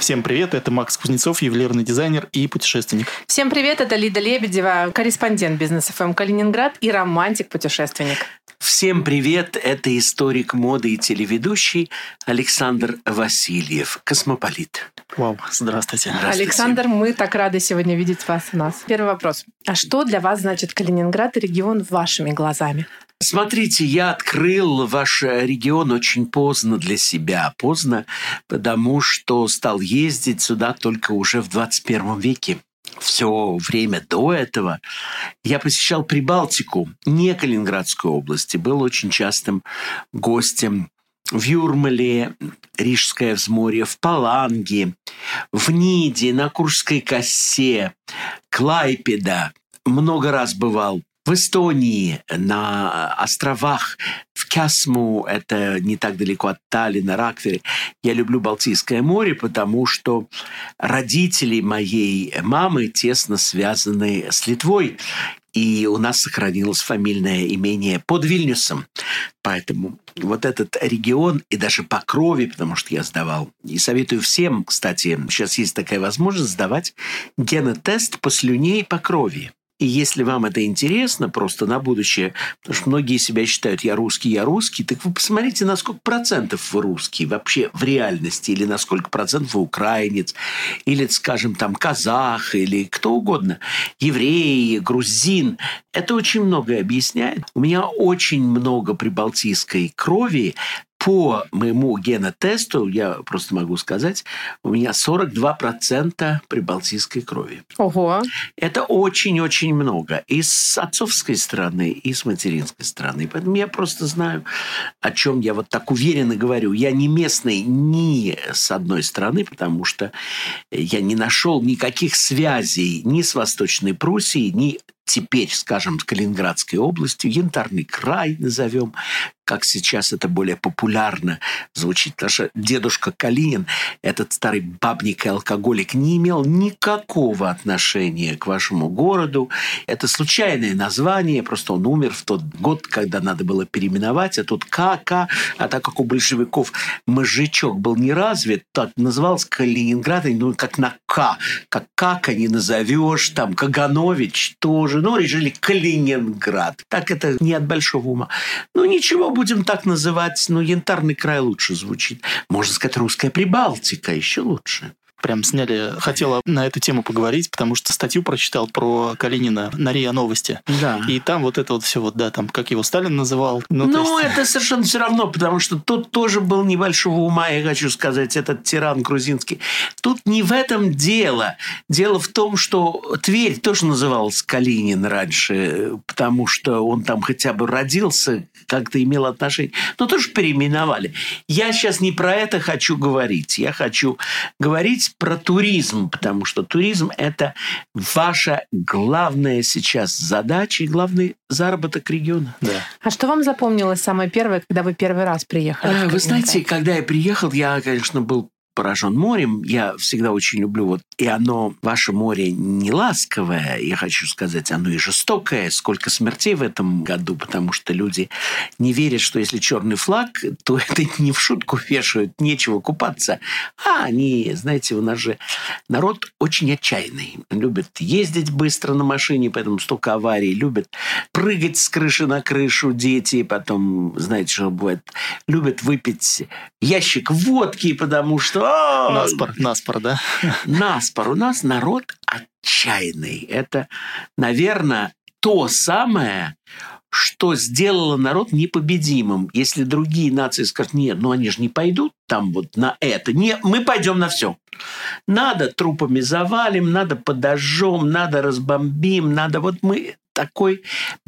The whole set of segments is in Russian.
Всем привет, это Макс Кузнецов, ювелирный дизайнер и путешественник. Всем привет, это Лида Лебедева, корреспондент Бизнес ФМ Калининград и романтик-путешественник. Всем привет, это историк моды и телеведущий Александр Васильев, космополит. Вау, здравствуйте. Александр, мы так рады сегодня видеть вас у нас. Первый вопрос. А что для вас значит Калининград и регион вашими глазами? Смотрите, я открыл ваш регион очень поздно для себя. Поздно, потому что стал ездить сюда только уже в 21 веке. Все время до этого я посещал Прибалтику, не Калининградскую область, был очень частым гостем в Юрмале, Рижское взморье, в Паланге, в Ниде, на Куршской косе, Клайпеда. Много раз бывал в Эстонии, на островах, в Кясму, это не так далеко от Таллина, Раквере. Я люблю Балтийское море, потому что родители моей мамы тесно связаны с Литвой, и у нас сохранилось фамильное имение под Вильнюсом. Поэтому вот этот регион, и даже по крови, потому что я сдавал, и советую всем, кстати, сейчас есть такая возможность сдавать генотест по слюне и по крови. И если вам это интересно, просто на будущее, потому что многие себя считают «я русский», так вы посмотрите, на сколько процентов вы русский вообще в реальности, или на сколько процентов вы украинец, или, скажем, там казах, или кто угодно, еврей, грузин. Это очень многое объясняет. У меня очень много прибалтийской крови. По моему генотесту, я просто могу сказать, у меня 42% прибалтийской крови. Ого! Это очень-очень много. И с отцовской стороны, и с материнской стороны. Поэтому я просто знаю, о чем я вот так уверенно говорю. Я не местный ни с одной стороны, потому что я не нашел никаких связей ни с Восточной Пруссией, ни теперь, скажем, с Калининградской областью, Янтарный край назовем, как сейчас это более популярно звучит. Потому что дедушка Калинин, этот старый бабник и алкоголик, не имел никакого отношения к вашему городу. Это случайное название, просто он умер в тот год, когда надо было переименовать, а тут КК, а так как у большевиков мозжечок был не развит, так назывался Калининград, ну, как на К, как не назовешь, там, Каганович тоже, но решили Калининград. Так это не от большого ума. Ну, ничего, будем так называть. Ну, Янтарный край лучше звучит. Можно сказать, русская Прибалтика еще лучше. Прям сняли. Хотела на эту тему поговорить, потому что статью прочитал про Калинина на РИА Новости. Да. И там вот это вот все, вот, да, там, как его Сталин называл. Ну, это совершенно все равно, потому что тут тоже был небольшого ума, я хочу сказать, этот тиран грузинский. Тут не в этом дело. Дело в том, что Тверь тоже называлась Калинин раньше, потому что он там хотя бы родился, как-то имел отношение. Но тоже переименовали. Я сейчас не про это хочу говорить. Я хочу говорить про туризм, потому что туризм – это ваша главная сейчас задача и главный заработок региона. Да. А что вам запомнилось самое первое, когда вы первый раз приехали? Вы знаете, когда я приехал, я, конечно, был поражен морем. Я всегда очень люблю и оно, ваше море, не ласковое, я хочу сказать, оно и жестокое. Сколько смертей в этом году, потому что люди не верят, что если черный флаг, то это не в шутку вешают, нечего купаться. А они, знаете, у нас же народ очень отчаянный. Любят ездить быстро на машине, поэтому столько аварий. Любят прыгать с крыши на крышу дети, потом, знаете, что бывает, любят выпить ящик водки, потому что Наспор, да? Наспор. У нас народ отчаянный. Это, наверное, то самое, что сделало народ непобедимым. Если другие нации скажут, нет, ну они же не пойдут там вот на это. Нет, мы пойдем на все. Надо трупами завалим, надо подожжем, надо разбомбим, надо... Вот мы такой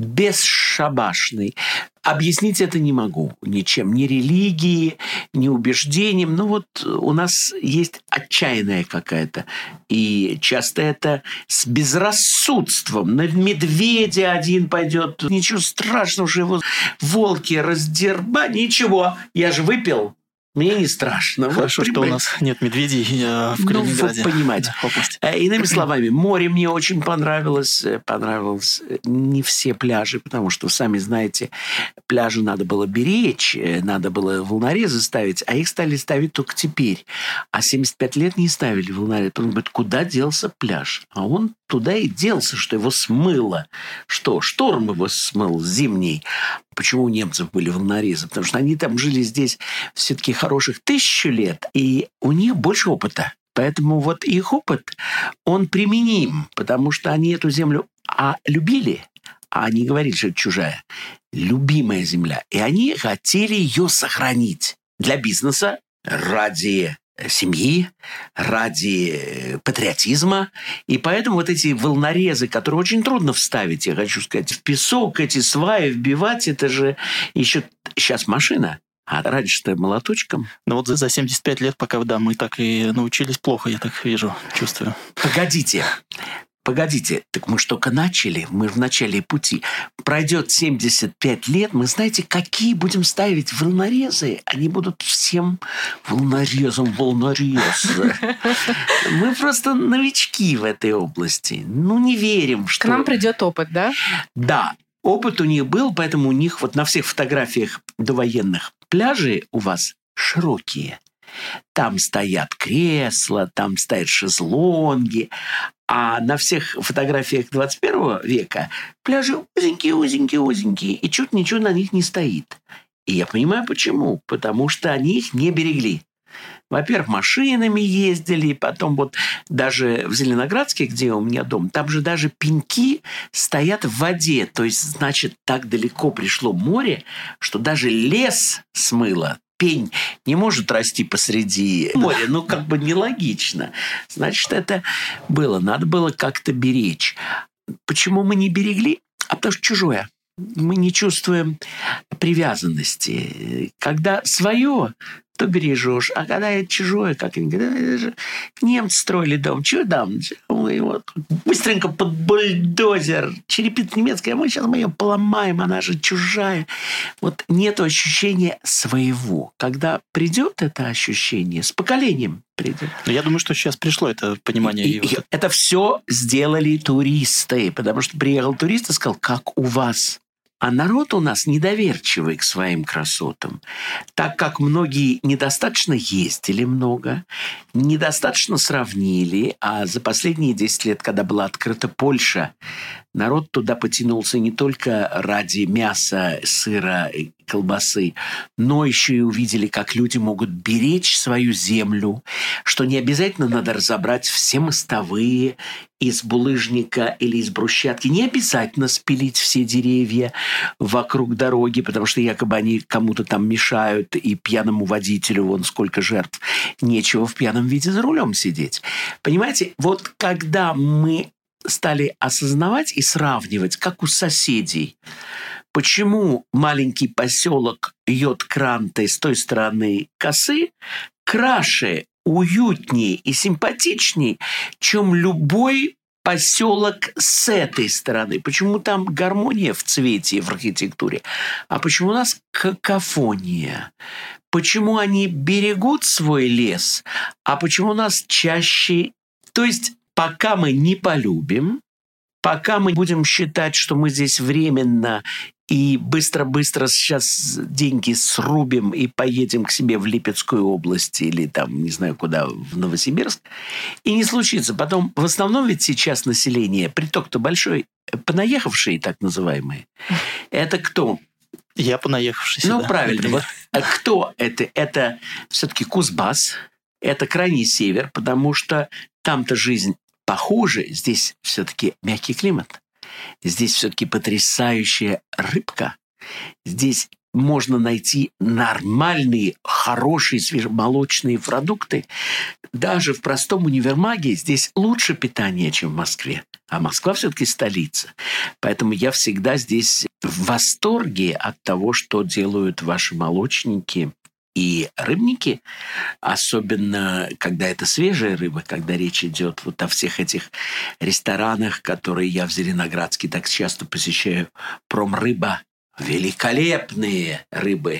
бесшабашный. Объяснить это не могу ничем. Ни религии, ни убеждением. Ну вот у нас есть отчаянная какая-то. И часто это с безрассудством. На медведя один пойдет. Ничего страшного, что его волки раздербать. Ничего, я же выпил. Мне не страшно. Хорошо, Вот что у нас нет медведей в Калининграде. Вы понимаете. Да, иными словами, море мне очень понравилось. Понравилось не все пляжи, потому что, сами знаете, пляжи надо было беречь, надо было волнорезы ставить, а их стали ставить только теперь. А 75 лет не ставили волнорезы. Потом говорят, куда делся пляж? А он туда и делся, что его смыло. Что? Шторм его смыл зимний. Почему у немцев были волнорезы? Потому что они там жили здесь все-таки хороших 1000 лет, и у них больше опыта. Поэтому вот их опыт, он применим, потому что они эту землю любили, а не говорили, что это чужая. Любимая земля. И они хотели ее сохранить для бизнеса, ради семьи, ради патриотизма. И поэтому вот эти волнорезы, которые очень трудно вставить, я хочу сказать, в песок эти сваи вбивать, это же еще сейчас машина. А раньше-то молоточком. Но вот за 75 лет, пока мы так и научились плохо, я так вижу, чувствую. Погодите, так мы же только начали, мы в начале пути. Пройдет 75 лет, мы знаете, какие будем ставить волнорезы? Они будут всем волнорезы. Мы просто новички в этой области. Не верим, что... К нам придет опыт, да? Да, опыт у них был, поэтому у них вот на всех фотографиях довоенных пляжи у вас широкие. Там стоят кресла, там стоят шезлонги. А на всех фотографиях 21 века пляжи узенькие, и чуть ничего на них не стоит. И я понимаю, почему. Потому что они их не берегли. Во-первых, машинами ездили, потом вот даже в Зеленоградске, где у меня дом, там же даже пеньки стоят в воде. То есть, значит, так далеко пришло море, что даже лес смыло. Пень не может расти посреди моря. Как бы нелогично. Значит, это было. Надо было как-то беречь. Почему мы не берегли? Потому что чужое. Мы не чувствуем привязанности. Когда свое, то бережешь. А когда это чужое, как они говорят, это же немцы строили дом. Чего там? Мы вот быстренько под бульдозер. Черепица немецкая, мы ее поломаем, она же чужая. Вот нет ощущения своего. Когда придет это ощущение, с поколением придет. Но я думаю, что сейчас пришло это понимание. Это все сделали туристы. Потому что приехал турист и сказал, как у вас? А народ у нас недоверчивый к своим красотам, так как многие недостаточно ездили много, недостаточно сравнили, а за последние 10 лет, когда была открыта Польша, народ туда потянулся не только ради мяса, сыра, колбасы, но еще и увидели, как люди могут беречь свою землю, что не обязательно надо разобрать все мостовые из булыжника или из брусчатки, не обязательно спилить все деревья вокруг дороги, потому что якобы они кому-то там мешают, и пьяному водителю, вон сколько жертв, нечего в пьяном виде за рулем сидеть. Понимаете, вот когда мы стали осознавать и сравнивать, как у соседей, почему маленький поселок Йод-Кранте с той стороны косы краше, уютнее и симпатичнее, чем любой поселок с этой стороны. Почему там гармония в цвете, в архитектуре, а почему у нас какофония? Почему они берегут свой лес, а почему у нас чаще... То есть пока мы не полюбим, пока мы будем считать, что мы здесь временно и быстро-быстро сейчас деньги срубим и поедем к себе в Липецкую область или там, не знаю куда, в Новосибирск, и не случится. Потом, в основном ведь сейчас население, приток-то большой, понаехавшие так называемые, это кто? Я понаехавшийся. Ну, да, правильно. А кто это? Это все-таки Кузбасс, это крайний север, потому что там-то жизнь похуже, здесь все-таки мягкий климат. Здесь все-таки потрясающая рыбка. Здесь можно найти нормальные, хорошие, свежемолочные продукты. Даже в простом универмаге здесь лучше питание, чем в Москве. А Москва все-таки столица. Поэтому я всегда здесь в восторге от того, что делают ваши молочники и рыбники, особенно когда это свежая рыба, когда речь идет вот о всех этих ресторанах, которые я в Зеленоградске так часто посещаю. Промрыба. Великолепные рыбы.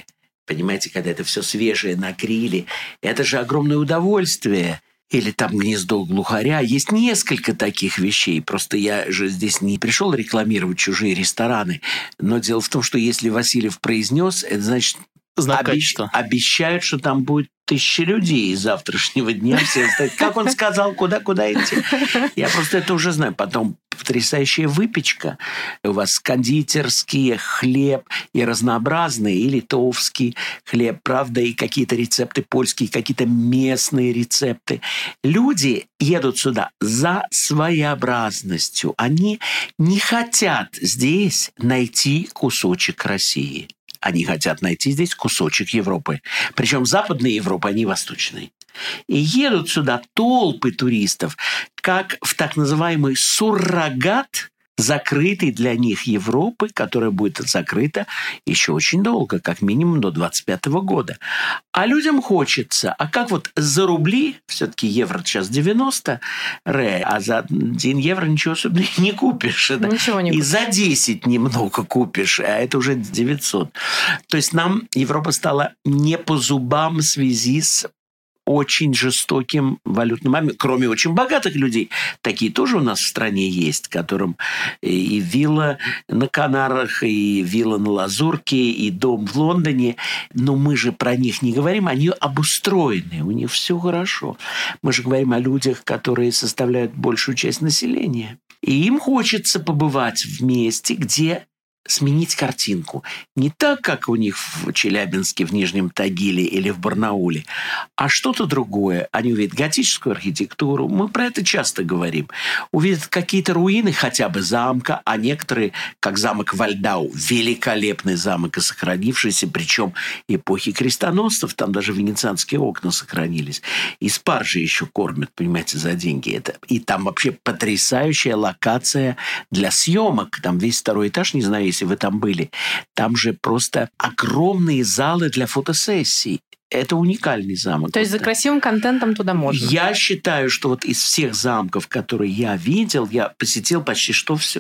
Понимаете, когда это все свежее на гриле, это же огромное удовольствие. Или там «Гнездо глухаря». Есть несколько таких вещей. Просто я же здесь не пришел рекламировать чужие рестораны. Но дело в том, что если Васильев произнес, это значит, Знак качества. обещают, что там будет 1000 людей с завтрашнего дня. Все стоят. Как он сказал, куда идти? Я просто это уже знаю. Потом потрясающая выпечка. У вас кондитерский хлеб и разнообразный, и литовский хлеб, правда, и какие-то рецепты польские, какие-то местные рецепты. Люди едут сюда за своеобразностью. Они не хотят здесь найти кусочек России. Они хотят найти здесь кусочек Европы. Причем Западной Европы, а не Восточной. И едут сюда толпы туристов, как в так называемый суррогат закрытой для них Европы, которая будет закрыта еще очень долго, как минимум до 2025 года. А людям хочется, а как вот за рубли, все-таки евро сейчас 90 ре, а за 1 евро ничего особенно не купишь. Ничего не купишь. И за 10 немного купишь, а это уже 900. То есть нам Европа стала не по зубам в связи с очень жестоким валютным моментом, кроме очень богатых людей. Такие тоже у нас в стране есть, которым и вилла на Канарах, и вилла на Лазурке, и дом в Лондоне. Но мы же про них не говорим, они обустроены, у них все хорошо. Мы же говорим о людях, которые составляют большую часть населения. И им хочется побывать в месте, где сменить картинку. Не так, как у них в Челябинске, в Нижнем Тагиле или в Барнауле, а что-то другое. Они увидят готическую архитектуру. Мы про это часто говорим. Увидят какие-то руины хотя бы замка, а некоторые, как замок Вальдау, великолепный замок и сохранившийся, причем эпохи крестоносцев, там даже венецианские окна сохранились. И спаржи еще кормят, понимаете, за деньги. И там вообще потрясающая локация для съемок. Там весь 2-й этаж, не знаю, если вы там были, там же просто огромные залы для фотосессий. Это уникальный замок. То есть за красивым контентом туда можно? Я считаю, что вот из всех замков, которые я видел, я посетил почти что все.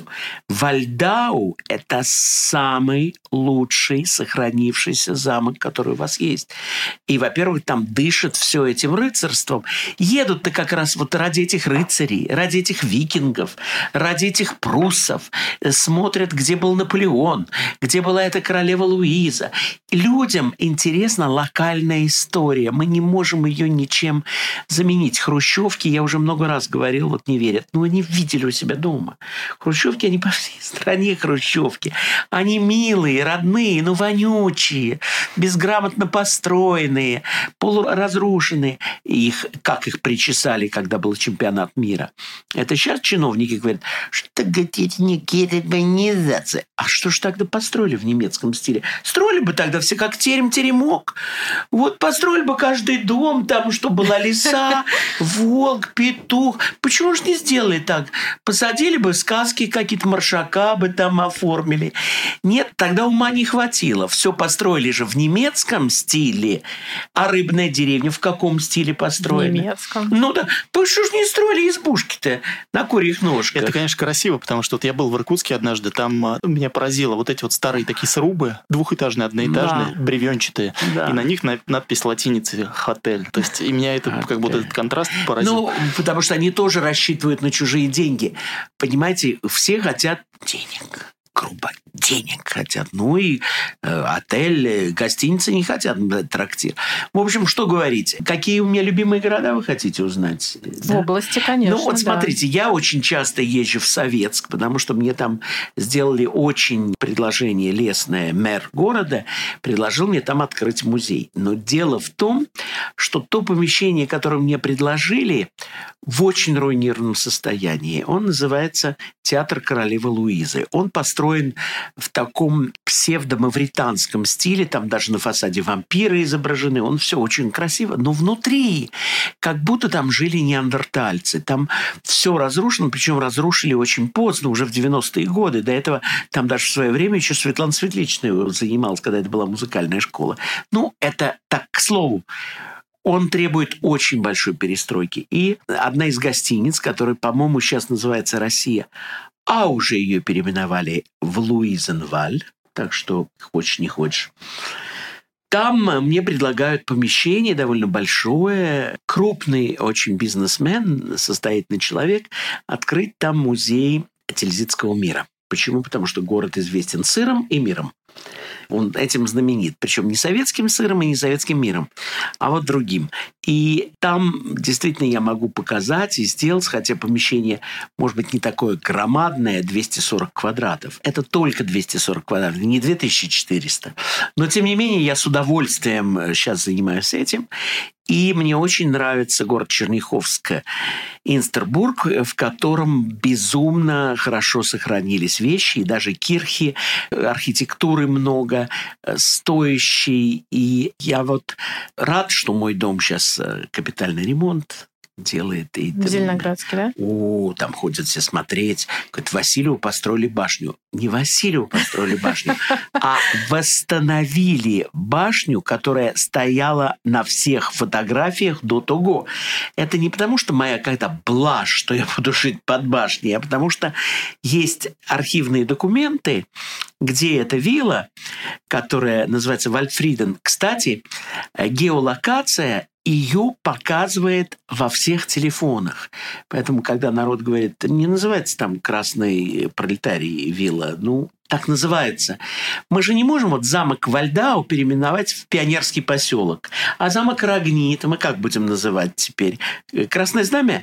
Вальдау – это самый лучший сохранившийся замок, который у вас есть. И, во-первых, там дышит все этим рыцарством. Едут-то как раз вот ради этих рыцарей, ради этих викингов, ради этих пруссов. Смотрят, где был Наполеон, где была эта королева Луиза. Людям интересна локальная история. Мы не можем ее ничем заменить. Хрущевки, я уже много раз говорил, вот не верят. Но они видели у себя дома. Хрущевки, они по всей стране хрущевки. Они милые, родные, но вонючие, безграмотно построенные, полуразрушенные. Как их причесали, когда был чемпионат мира. Это сейчас чиновники говорят, что готетники, это организация. А что ж тогда построили в немецком стиле? Строили бы тогда все как терем-теремок. Вот построили бы каждый дом, там, чтобы была лиса, волк, петух. Почему же не сделали так? Посадили бы сказки, какие-то Маршака бы там оформили. Нет, тогда ума не хватило. Все построили же в немецком стиле. А рыбная деревня в каком стиле построена? В немецком. Ну да. Почему же не строили избушки-то на курьих ножках? Это, конечно, красиво, потому что вот я был в Иркутске однажды, там меня поразило вот эти вот старые такие срубы, двухэтажные, одноэтажные, Да. бревенчатые, Да. и на них надпись латиницей «Хотель». То есть и меня это как будто этот контраст поразил. Ну, потому что они тоже рассчитывают на чужие деньги. Понимаете, все хотят денег. Грубо, денег хотят. Ну и отель, гостиницы не хотят трактир. В общем, что говорить? Какие у меня любимые города вы хотите узнать? В области, конечно. Ну вот да. смотрите, я очень часто езжу в Советск, потому что мне там сделали очень предложение лестное. Мэр города предложил мне там открыть музей. Но дело в том, что то помещение, которое мне предложили, в очень руинированном состоянии. Он называется Театр королевы Луизы. Он построен в таком псевдомавританском стиле, там даже на фасаде вампиры изображены, он все очень красиво, но внутри как будто там жили неандертальцы, там все разрушено, причем разрушили очень поздно, уже в 90-е годы, до этого там даже в свое время еще Светлана Светличная занималась, когда это была музыкальная школа. Ну, это так, к слову. Он требует очень большой перестройки. И одна из гостиниц, которая, по-моему, сейчас называется «Россия», а уже ее переименовали в Луизенваль, так что хочешь не хочешь. Там мне предлагают помещение довольно большое. Крупный очень бизнесмен, состоятельный человек, открыть там музей тильзитского мира. Почему? Потому что город известен сыром и миром. Он этим знаменит. Причем не советским сыром и не советским миром, а вот другим. И там действительно я могу показать и сделать, хотя помещение, может быть, не такое громадное, 240 квадратов. Это только 240 квадратов, не 2400. Но, тем не менее, я с удовольствием сейчас занимаюсь этим. И мне очень нравится город Черняховск, Инстербург, в котором безумно хорошо сохранились вещи, и даже кирхи, архитектуры много, стоящей. И я вот рад, что мой дом сейчас капитальный ремонт делает. И в Зеленоградске, да? Там ходят все смотреть. Говорят, Васильеву построили башню. Не Васильеву построили башню, а восстановили башню, которая стояла на всех фотографиях до того. Это не потому, что моя какая-то блажь, что я буду жить под башней, а потому что есть архивные документы, где эта вилла, которая называется Вальдфриден. Кстати, геолокация ее показывает во всех телефонах. Поэтому, когда народ говорит, не называется там «Красный пролетарий вилла», так называется. Мы же не можем вот замок Вальдау переименовать в Пионерский поселок. А замок Рогнит мы как будем называть теперь? Красное знамя?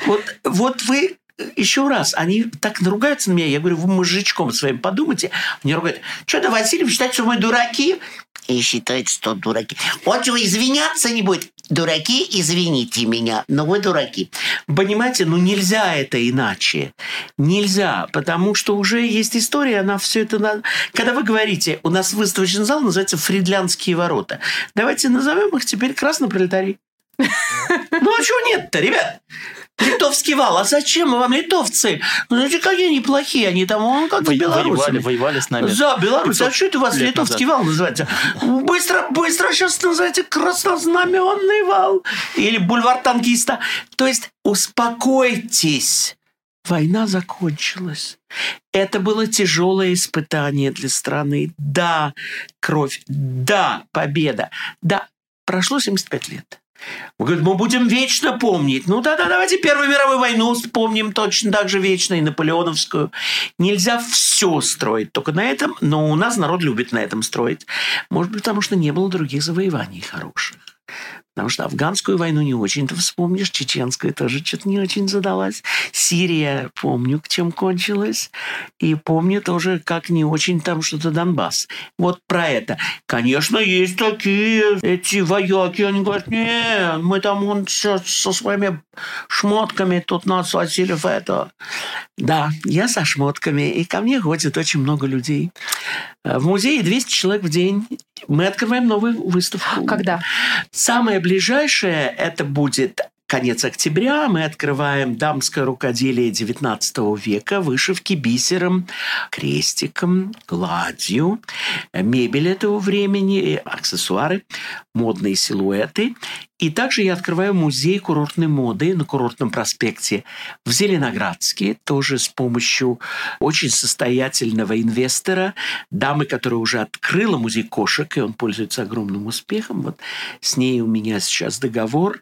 Вот вы... Еще раз, они так наругаются на меня. Я говорю, вы мужичком своим подумайте. Они ругают, что-то Васильев считает, что мы дураки. И считает, что дураки. Он чего, извиняться не будет? Дураки, извините меня, но вы дураки. Понимаете, нельзя это иначе. Нельзя, потому что уже есть история, она все это... Когда вы говорите, у нас выставочный зал называется «Фридлянские ворота». Давайте назовем их теперь «Красный пролетарий». А чего нет-то, ребят? Литовский вал. А зачем вам литовцы? Какие они плохие. Они там, как в Беларуси. Воевали с нами. За Беларусь. А что это у вас литовский вал называется? Быстро сейчас называйте краснознаменный вал. Или бульвар танкиста. То есть успокойтесь. Война закончилась. Это было тяжелое испытание для страны. Да, кровь. Да, победа. Да, прошло 75 лет. Он говорит, мы будем вечно помнить. Давайте Первую мировую войну вспомним точно так же вечно, и Наполеоновскую. Нельзя все строить только на этом, но у нас народ любит на этом строить. Может быть, потому что не было других завоеваний хороших. Потому что афганскую войну не очень-то вспомнишь, чеченскую тоже что-то не очень задалась. Сирия, помню, чем кончилась. И помню тоже, как не очень там что-то Донбасс. Вот про это. Конечно, есть такие эти вояки, они говорят, нет, мы там со своими шмотками, тут нас Васильев это. Да, я со шмотками, и ко мне ходит очень много людей. В музее 200 человек в день. Мы открываем новую выставку. Когда? Самое ближайшее это будет конец октября. Мы открываем дамское рукоделие XIX века, вышивки бисером, крестиком, гладью, мебель этого времени, аксессуары, модные силуэты. И также я открываю музей курортной моды на Курортном проспекте в Зеленоградске, тоже с помощью очень состоятельного инвестора, дамы, которая уже открыла музей кошек, и он пользуется огромным успехом. Вот с ней у меня сейчас договор,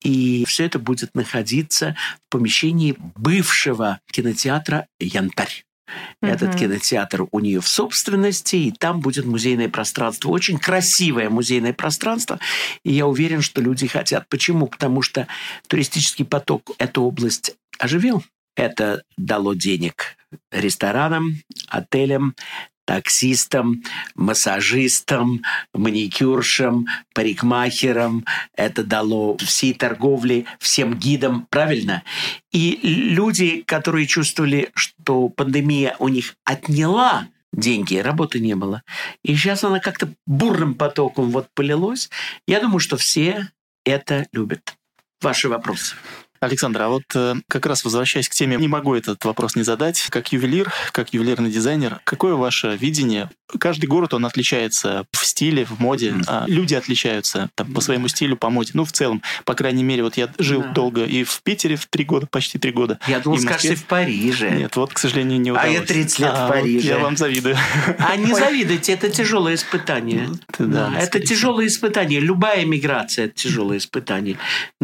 и все это будет находиться в помещении бывшего кинотеатра «Янтарь». Этот кинотеатр у нее в собственности, и там будет музейное пространство. Очень красивое музейное пространство, и я уверен, что люди хотят. Почему? Потому что туристический поток эту область оживил. Это дало денег ресторанам, отелям, таксистам, массажистам, маникюршам, парикмахерам. Это дало всей торговле, всем гидам, правильно? И люди, которые чувствовали, что пандемия у них отняла деньги, работы не было. И сейчас она как-то бурным потоком полилась. Я думаю, что все это любят. Ваши вопросы. Александр, а вот как раз возвращаясь к теме, не могу этот вопрос не задать. Как ювелир, как ювелирный дизайнер, какое ваше видение? Каждый город, он отличается в стиле, в моде. Люди отличаются там, по своему стилю, по моде. Ну, в целом, по крайней мере, вот я жил долго и в Питере в 3 года, почти 3 года. Я думал, скажете, в Париже. Нет, вот, к сожалению, не удалось. А я 30 лет в Париже. Я вам завидую. А не завидуйте, это тяжелое испытание. Это тяжелое испытание. Любая миграция – это тяжелое испытание.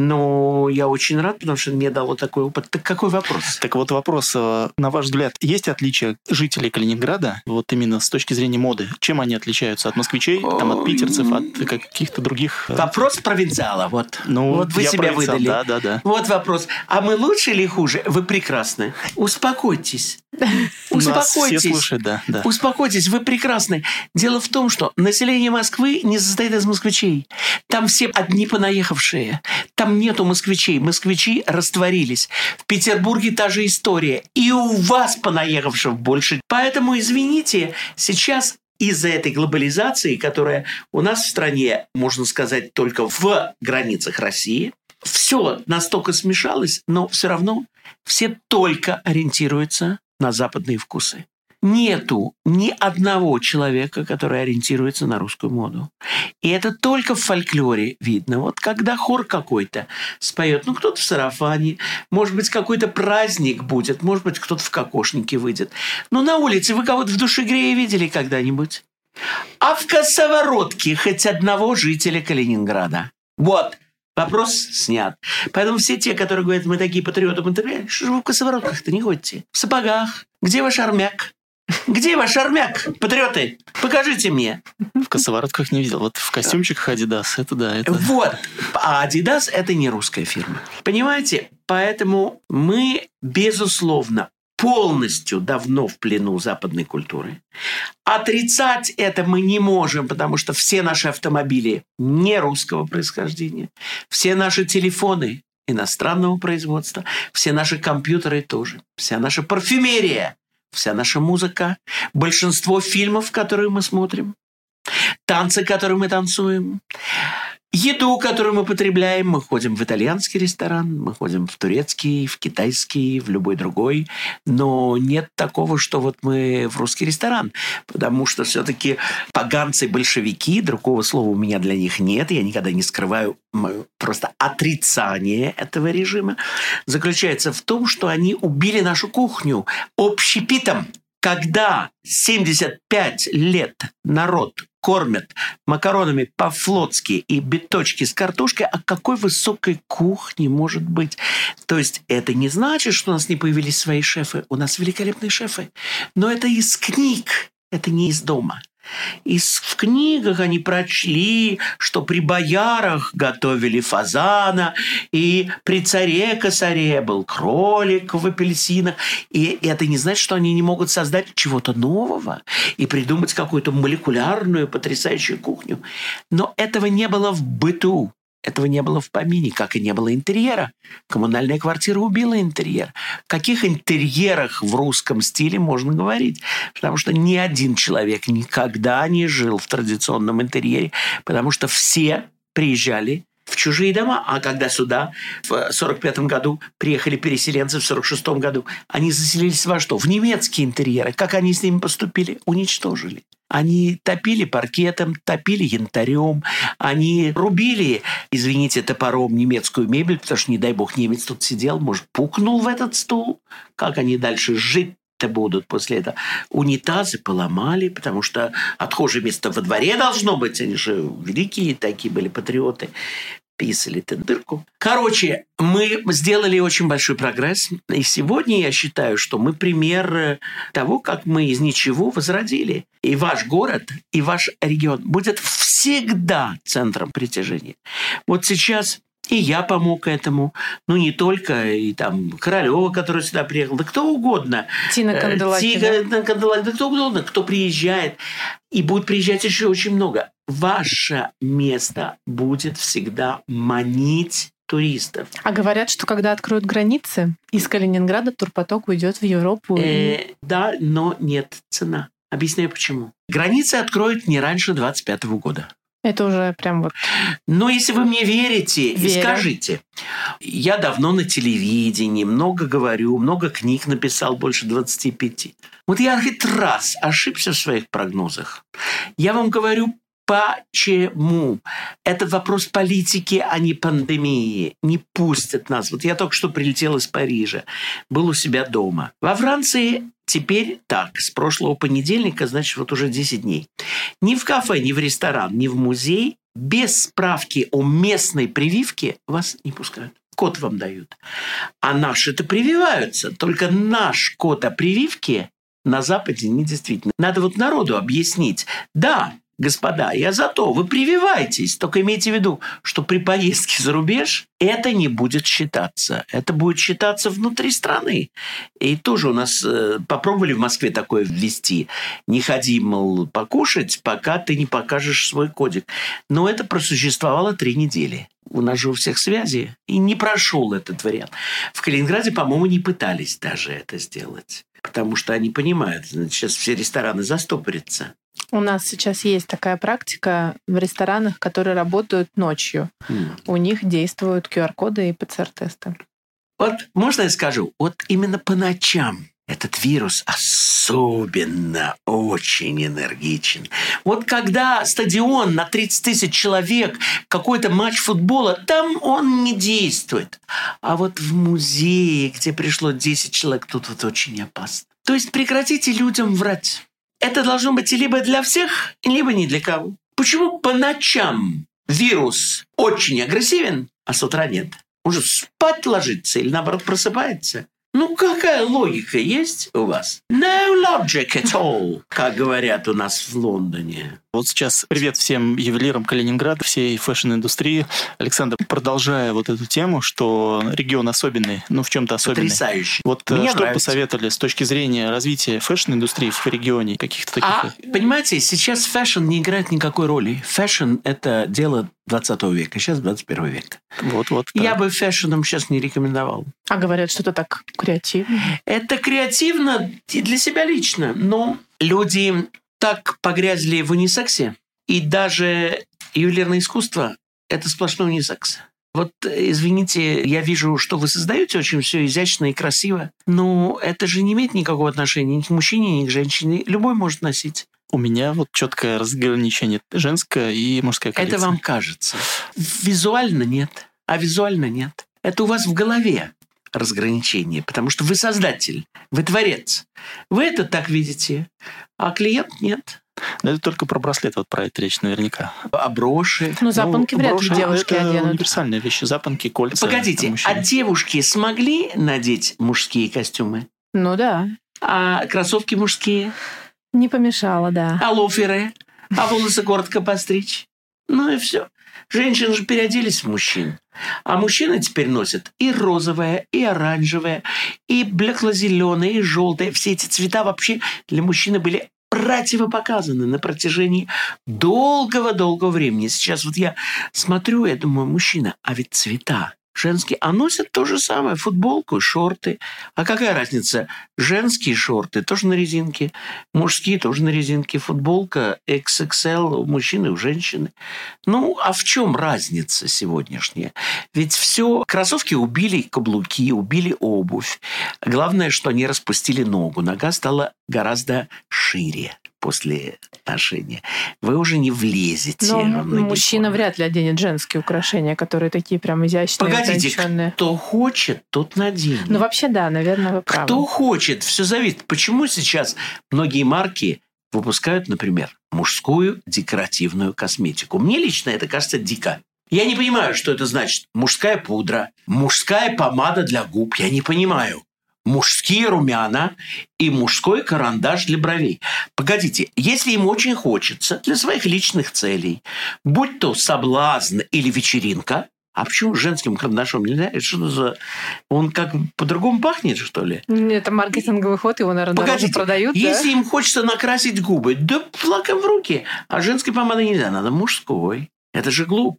Но я очень рад, потому что мне дало такой опыт. Так какой вопрос? Так вот вопрос. На ваш взгляд, есть отличия жителей Калининграда, вот именно с точки зрения моды? Чем они отличаются от москвичей, там, от питерцев, от каких-то других? Вопрос провинциала. Вот. Вот вы себя выдали. Да. Вот вопрос. А мы лучше или хуже? Вы прекрасны. Успокойтесь. Нас все слушают, да. Успокойтесь, вы прекрасны. Дело в том, что население Москвы не состоит из москвичей. Там все одни понаехавшие. Там нету москвичей. Москвичи растворились. В Петербурге та же история. И у вас понаехавших больше. Поэтому, извините, сейчас из-за этой глобализации, которая у нас в стране, можно сказать, только в границах России, все настолько смешалось, но все равно все только ориентируются на западные вкусы. Нету ни одного человека, который ориентируется на русскую моду. И это только в фольклоре видно. Вот когда хор какой-то споет, кто-то в сарафане, может быть, какой-то праздник будет, может быть, кто-то в кокошнике выйдет. Но на улице вы кого-то в душегрее видели когда-нибудь? А в Косоворотке хоть одного жителя Калининграда? Вот. Вопрос снят. Поэтому все те, которые говорят, мы такие патриоты, что же вы в косоворотках-то не ходите? В сапогах. Где ваш армяк? Где ваш армяк, патриоты? Покажите мне. В косоворотках не видел. Вот в костюмчиках Adidas, это да. Это... Вот. А Adidas – это не русская фирма. Понимаете? Поэтому мы, безусловно, полностью давно в плену западной культуры. Отрицать это мы не можем, потому что все наши автомобили не русского происхождения, все наши телефоны иностранного производства, все наши компьютеры тоже, вся наша парфюмерия, вся наша музыка, большинство фильмов, которые мы смотрим, танцы, которые мы танцуем, еду, которую мы потребляем, мы ходим в итальянский ресторан, мы ходим в турецкий, в китайский, в любой другой, но нет такого, что вот мы в русский ресторан, потому что все-таки поганцы-большевики, другого слова у меня для них нет, я никогда не скрываю просто отрицание этого режима, заключается в том, что они убили нашу кухню общепитом. Когда 75 лет народ кормят макаронами по-флотски и биточки с картошкой, о какой высокой кухне может быть? То есть это не значит, что у нас не появились свои шефы. У нас великолепные шефы. Но это из книг, это не из дома. В книгах они прочли, что при боярах готовили фазана, и при царе-косаре был кролик в апельсинах. И это не значит, что они не могут создать чего-то нового и придумать какую-то молекулярную, потрясающую кухню. Но этого не было в быту. Этого не было в помине, как и не было интерьера. Коммунальная квартира убила интерьер. О каких интерьерах в русском стиле можно говорить? Потому что ни один человек никогда не жил в традиционном интерьере, потому что все приезжали в чужие дома. А когда сюда в 1945 году приехали переселенцы, в 1946 году, они заселились во что? В немецкие интерьеры. Как они с ними поступили? Уничтожили. Они топили паркетом, топили янтарем, они рубили, извините, топором немецкую мебель, потому что, не дай бог, немец тут сидел, может, пукнул в этот стул. Как они дальше жить-то будут после этого? Унитазы поломали, потому что отхожее место во дворе должно быть. Они же великие такие были патриоты. Писали-то дырку. Короче, мы сделали очень большой прогресс. И сегодня я считаю, что мы пример того, как мы из ничего возродили. И ваш город, и ваш регион будет всегда центром притяжения. Вот сейчас и я помог этому. Ну, не только. И там Королёва, который сюда приехал. Да кто угодно. Тина Канделаки. Да кто угодно, кто приезжает. И будет приезжать еще очень много. Ваше место будет всегда манить туристов. А говорят, что когда откроют границы, из Калининграда турпоток уйдет в Европу. Да, но нет цена. Объясняю, почему. Границы откроют не раньше 2025 года. Это уже прям вот... Но если вы мне верите и Верю. скажите, я давно на телевидении, много говорю, много книг написал, больше 25. Вот я хоть раз ошибся в своих прогнозах. Я вам говорю, почему? Это вопрос политики, а не пандемии. Не пустят нас. Вот я только что прилетел из Парижа, был у себя дома. Во Франции теперь так, с прошлого понедельника, значит, вот уже 10 дней. Ни в кафе, ни в ресторан, ни в музей без справки о местной прививке вас не пускают. Код вам дают. А наши-то прививаются. Только наш код о прививке на Западе недействительный. Надо вот народу объяснить. Да, господа, я за то, вы прививайтесь, только имейте в виду, что при поездке за рубеж это не будет считаться. Это будет считаться внутри страны. И тоже у нас попробовали в Москве такое ввести. Не ходи, мол, покушать, пока ты не покажешь свой кодик. Но это просуществовало 3 недели. У нас же у всех связи. И не прошел этот вариант. В Калининграде, по-моему, не пытались даже это сделать. Потому что они понимают, значит, сейчас все рестораны застопорятся. У нас сейчас есть такая практика в ресторанах, которые работают ночью. У них действуют QR-коды и ПЦР-тесты. Вот можно я скажу? Вот именно по ночам этот вирус особенно очень энергичен. Вот когда стадион на 30 тысяч человек, какой-то матч футбола, там он не действует. А вот в музее, где пришло 10 человек, тут вот очень опасно. То есть прекратите людям врать. Это должно быть либо для всех, либо не для кого. Почему по ночам вирус очень агрессивен, а с утра нет? Он же спать ложится или, наоборот, просыпается? Ну, какая логика есть у вас? No logic at all, как говорят у нас в Лондоне. Вот сейчас привет всем ювелирам Калининграда, всей фэшн-индустрии. Александр, продолжая вот эту тему, что регион особенный, ну, в чем-то особенный. Потрясающий. Вот Мне что нравится. Посоветовали с точки зрения развития фэшн-индустрии в регионе? Каких-то таких... Понимаете, сейчас фэшн не играет никакой роли. Фэшн – это дело 20 века, сейчас 21 век. Вот. Я бы фэшном сейчас не рекомендовал. А говорят, что-то так креативно. Это креативно и для себя лично, но люди так погрязли в унисексе, и даже ювелирное искусство – это сплошной унисекс. Вот, извините, я вижу, что вы создаете очень все изящно и красиво, но это же не имеет никакого отношения ни к мужчине, ни к женщине. Любой может носить. У меня вот четкое разграничение женская и мужская коллекция. Это вам кажется. Визуально нет, а визуально нет. Это у вас в голове разграничение, потому что вы создатель, вы творец. Вы это так видите, а клиент нет. Но это только про браслет, вот про это речь наверняка. А броши? Ну, запонки вряд ли броши, девушки это оденут. универсальные вещи. Запонки, кольца. Погодите, а девушки смогли надеть мужские костюмы? Ну да. А кроссовки мужские? Не помешало, да. А лоферы? А волосы коротко постричь? Ну и все. Женщины же переоделись в мужчин. А мужчины теперь носят и розовое, и оранжевое, и блекло-зеленое, и желтое. Все эти цвета вообще для мужчины были противопоказаны на протяжении долгого-долгого времени. Сейчас вот я смотрю, я думаю, мужчина, а ведь цвета женские, а носят то же самое, футболку, шорты. А какая разница? Женские шорты тоже на резинке, мужские тоже на резинке, футболка XXL у мужчины, у женщины. Ну, а в чем разница сегодняшняя? Ведь все, кроссовки убили каблуки, убили обувь. Главное, что они распустили ногу. Нога стала гораздо шире после ношения. Вы уже не влезете. Но равнодейственно. мужчина вряд ли оденет женские украшения, которые такие прям изящные, Погодите, утонченные. кто хочет, тот наденет. Ну, вообще, да, наверное, вы правы. Кто хочет, все зависит. Почему сейчас многие марки выпускают, например, мужскую декоративную косметику? Мне лично это кажется дико. Я не понимаю, что это значит. Мужская пудра, мужская помада для губ. Я не понимаю. Мужские румяна и мужской карандаш для бровей. Погодите, если им очень хочется для своих личных целей, будь то соблазн или вечеринка, а почему женским карандашом нельзя? Это что за... Он как по-другому пахнет, что ли? Это маркетинговый ход, его, наверное, дороже Погодите, продают, да? если им хочется накрасить губы, да флаком в руки. А женской помадой нельзя, надо мужской. Это же глупо.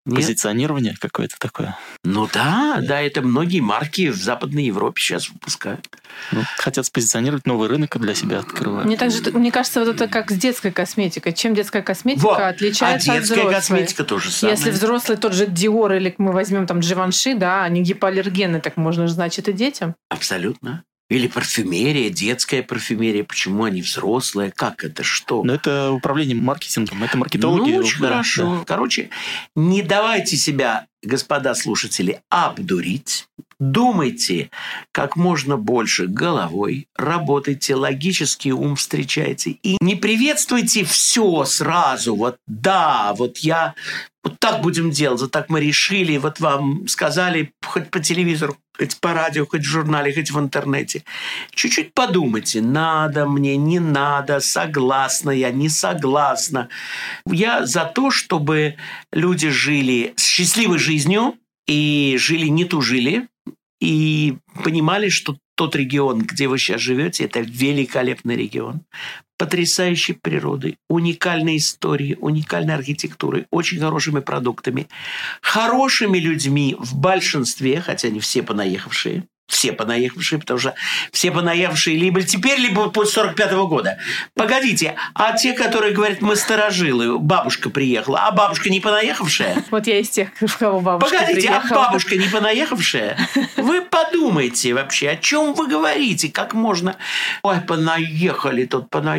Позиционирование какое-то такое. Ну да, это многие марки в Западной Европе сейчас выпускают. Хотят спозиционировать, новый рынок для себя открывать. Мне кажется, вот это как с детской косметикой. Чем детская косметика отличается от взрослой? А детская косметика тоже самое. Если взрослый тот же Dior или мы возьмем там Givenchy, да, они гипоаллергены, так можно же, значит, и детям. Абсолютно. Или парфюмерия, детская парфюмерия. Почему они взрослые? Как это? Что? Это управление маркетингом, это маркетология. Очень хорошо. Да. Короче, не давайте себя, господа слушатели, обдурить. Думайте как можно больше головой, работайте, логический ум встречайте. И не приветствуйте все сразу. Я... Вот так будем делать, вот так мы решили, вот вам сказали хоть по телевизору, хоть по радио, хоть в журнале, хоть в интернете. Чуть-чуть подумайте, надо мне, не надо, согласна я, не согласна. Я за то, чтобы люди жили счастливой жизнью и не тужили, и понимали, что тот регион, где вы сейчас живете, это великолепный регион. Потрясающей природой, уникальной историей, уникальной архитектурой, очень хорошими продуктами, хорошими людьми в большинстве, хотя не все понаехавшие, потому что все понаехавшие либо теперь, либо после 45-го года. Погодите, а те, которые говорят, мы старожилы, бабушка приехала, а бабушка не понаехавшая? Вот я из тех, в кого бабушка приехала. А бабушка не понаехавшая? Вы подумайте вообще, о чем вы говорите, как можно... Ой, понаехали.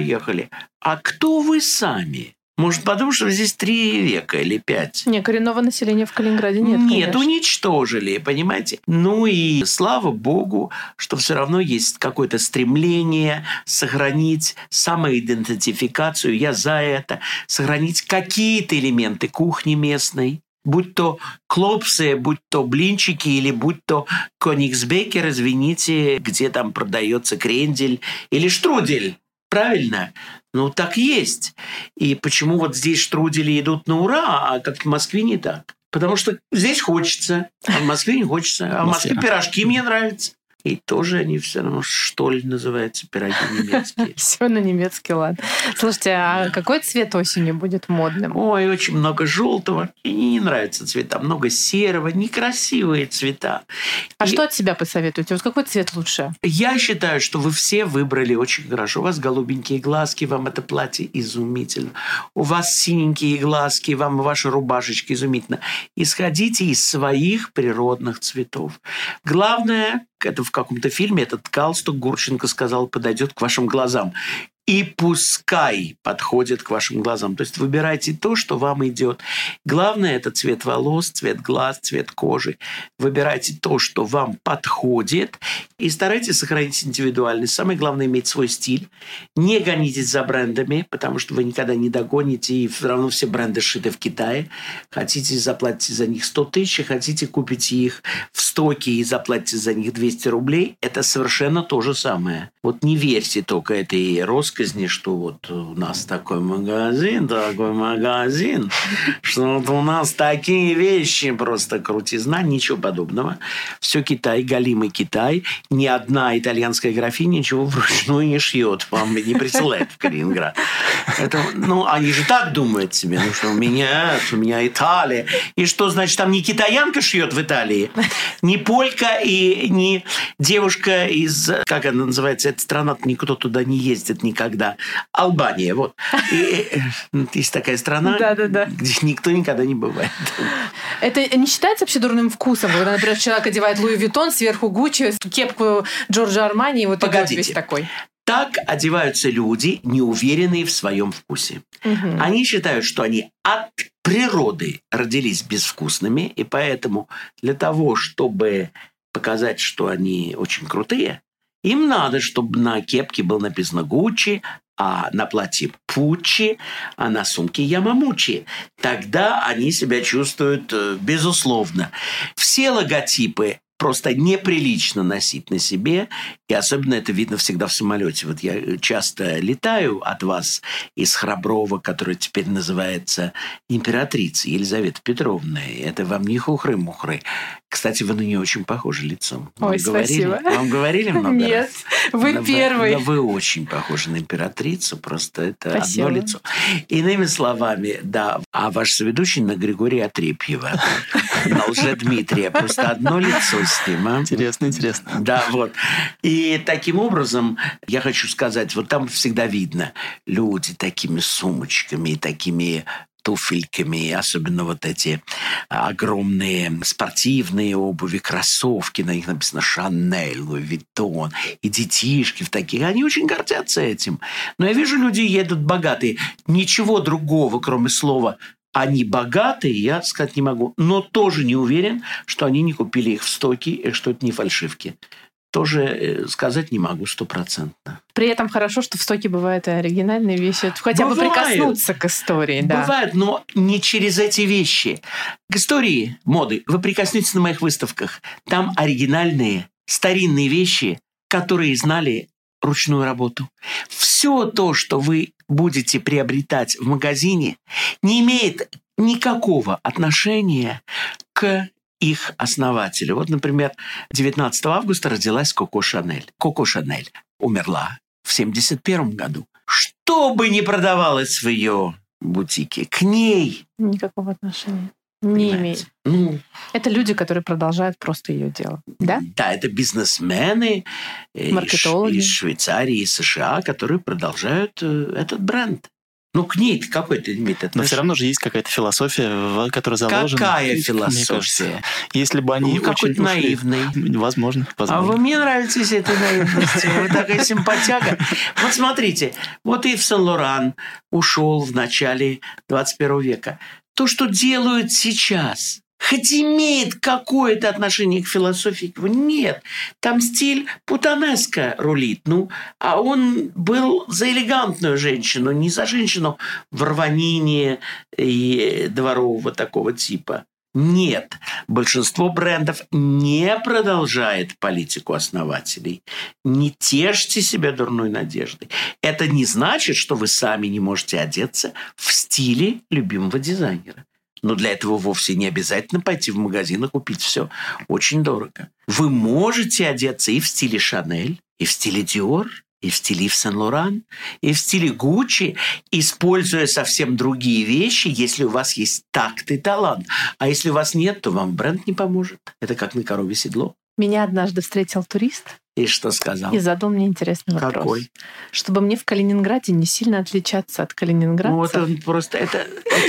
А кто вы сами? Может, потому что здесь 3 века или 5. Не, коренного населения в Калининграде нет, Нет, уничтожили, понимаете? И слава богу, что все равно есть какое-то стремление сохранить самоидентификацию. Я за это. Сохранить какие-то элементы кухни местной. Будь то клопсы, будь то блинчики, или будь то Königsbäcker, извините, где там продается крендель или штрудель. Правильно? Так есть. И почему вот здесь штрудели идут на ура, а как в Москве не так? Потому что здесь хочется, а в Москве не хочется. А в Москве пирожки мне нравятся. И тоже они все равно, что ли, называются, пироги немецкие. Все на немецкий лад. Слушайте, а какой цвет осенью будет модным? Ой, очень много желтого. И не нравятся цвета. Много серого. Некрасивые цвета. А что от себя посоветуете? Вот какой цвет лучше? Я считаю, что вы все выбрали очень хорошо. У вас голубенькие глазки, вам это платье изумительно. У вас синенькие глазки, вам ваша рубашечка изумительно. Исходите из своих природных цветов. Главное, это в каком-то фильме этот галстук Гурченко сказал, подойдет к вашим глазам. И пускай подходит к вашим глазам. То есть выбирайте то, что вам идет. Главное – это цвет волос, цвет глаз, цвет кожи. Выбирайте то, что вам подходит, и старайтесь сохранить индивидуальность. Самое главное – иметь свой стиль. Не гонитесь за брендами, потому что вы никогда не догоните, и все равно все бренды сшиты в Китае. Хотите, заплатите за них 100 тысяч, хотите, купите их в стоке и заплатите за них 200 рублей. Это совершенно то же самое. Вот не верьте только этой россказни, что вот у нас такой магазин, что вот у нас такие вещи, просто крутизна, ничего подобного. Все Китай, голимый Китай. Ни одна итальянская графиня ничего вручную не шьет, вам не присылает в Калининград. Это, они же так думают себе, что у меня Италия. И что, значит, там не китаянка шьет в Италии, не полька и не девушка из, как она называется, эта страна, никто туда не ездит никогда. Албания, вот. Есть такая страна, где никто никогда не бывает. Это не считается вообще дурным вкусом, когда, например, человек одевает Луи Виттон, сверху Гуччи, кепку Джорджа Армани, и вот идет весь такой. Так одеваются люди, неуверенные в своем вкусе. Угу. Они считают, что они от природы родились безвкусными, и поэтому для того, чтобы показать, что они очень крутые, им надо, чтобы на кепке было написано Гуччи, а на платье Пуччи, а на сумке Ямамучи. Тогда они себя чувствуют безусловно. Все логотипы просто неприлично носить на себе, и особенно это видно всегда в самолете. Вот я часто летаю от вас из Храброва, который теперь называется императрицей Елизаветой Петровной. Это вам не хухры-мухры. Кстати, вы на нее очень похожи лицом. Ой, спасибо. Вам говорили много раз? Нет, вы первый. Но вы очень похожи на императрицу, просто это Спасибо. одно лицо. Иными словами, да, а ваш соведущий на Григория Отрепьева, на Лжедмитрия, просто одно лицо с ним. Интересно. Да, вот. И таким образом, я хочу сказать, вот там всегда видно люди такими сумочками, такими туфельками, особенно вот эти огромные спортивные обуви, кроссовки, на них написано «Шанель», «Луи Виттон», и детишки в таких, они очень гордятся этим. Но я вижу, люди едут богатые. Ничего другого, кроме слова «они богатые», я сказать не могу. Но тоже не уверен, что они не купили их в стоке, и что это не фальшивки. Тоже сказать не могу 100%. При этом хорошо, что в стоке бывают и оригинальные вещи. Хотя бы прикоснуться к истории. Да. Бывает, но не через эти вещи. К истории моды вы прикоснетесь на моих выставках. Там оригинальные, старинные вещи, которые знали ручную работу. Все то, что вы будете приобретать в магазине, не имеет никакого отношения к их основателю. Вот, например, 19 августа родилась Коко Шанель. Коко Шанель умерла в 1971 году. Что бы ни продавалось в ее бутике, к ней Никакого отношения. Не имеет. Это люди, которые продолжают просто ее дело. Да? Да, это бизнесмены маркетологи из Швейцарии и США, которые продолжают этот бренд. К ней какой-то имеет отношение. Но все равно же есть какая-то философия, которая заложена. Какая мне философия? Кажется, если бы они очень наивный. Возможно. А вы мне нравитесь этой наивностью. Вы такая симпатяга. Вот смотрите, вот Ив Сен-Лоран ушел в начале 21 века. То, что делают сейчас, хоть имеет какое-то отношение к философии, нет. Там стиль путанеско рулит. А он был за элегантную женщину, не за женщину в рванине и дворового такого типа. Нет, большинство брендов не продолжает политику основателей. Не тешьте себя дурной надеждой. Это не значит, что вы сами не можете одеться в стиле любимого дизайнера. Но для этого вовсе не обязательно пойти в магазин и купить все очень дорого. Вы можете одеться и в стиле Шанель, и в стиле Диор, и в стиле Ив Сен-Лоран, и в стиле Гуччи, используя совсем другие вещи, если у вас есть такт и талант. А если у вас нет, то вам бренд не поможет. Это как на коровье седло. Меня однажды встретил турист. И что сказал? И задал мне интересный вопрос. Какой? Чтобы мне в Калининграде не сильно отличаться от калининградцев. Вот он просто... Это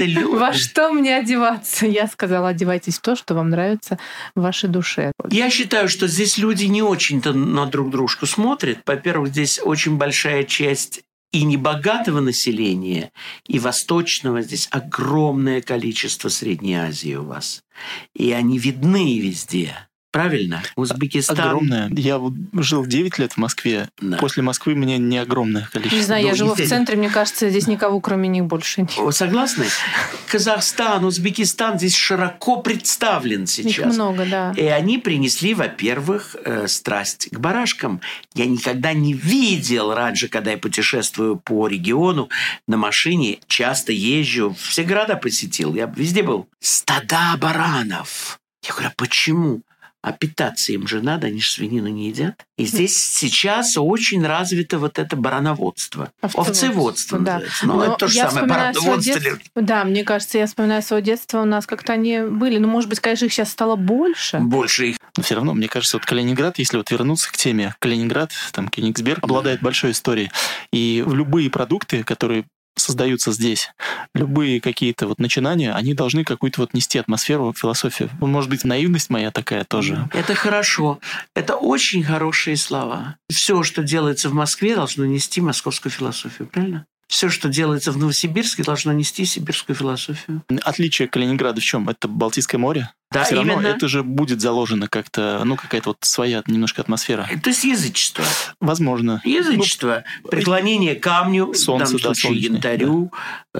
Во что мне одеваться? Я сказала, одевайтесь в то, что вам нравится в вашей душе. Я считаю, что здесь люди не очень-то на друг дружку смотрят. Во-первых, здесь очень большая часть и небогатого населения, и восточного. Здесь огромное количество Средней Азии у вас. И они видны везде. Правильно? Узбекистан. Огромное. Я жил 9 лет в Москве. Да. После Москвы мне не огромное количество. Не знаю, я живу в центре, мне кажется, здесь никого, кроме них, больше нет. Вы согласны? Казахстан, Узбекистан здесь широко представлен сейчас. Их много, да. И они принесли, во-первых, страсть к барашкам. Я никогда не видел раньше, когда я путешествую по региону на машине, часто езжу, все города посетил, я везде был. Стада баранов. Я говорю, а почему? А питаться им же надо, они же свинину не едят. И здесь сейчас очень развито вот это барановодство. Овцеводство да. называется. Но это то же самое, барановодство. Да, мне кажется, я вспоминаю свое детство, у нас как-то они были. Может быть, конечно, их сейчас стало больше. Больше их. Но все равно, мне кажется, вот Калининград, если вот вернуться к теме, Калининград, там, Кёнигсберг, обладает большой историей. И любые продукты, которые создаются здесь, любые какие-то вот начинания, они должны какую-то вот нести атмосферу, философию. Может быть, наивность моя такая тоже. Это хорошо. Это очень хорошие слова. Все, что делается в Москве, должно нести московскую философию, правильно? Все, что делается в Новосибирске, должно нести сибирскую философию. Отличие Калининграда в чем? Это Балтийское море? Да, все именно. равно это же будет заложено как-то, какая-то вот своя немножко атмосфера. То есть язычество. Возможно. Язычество. Преклонение камню, солнцу, в данном случае янтарю,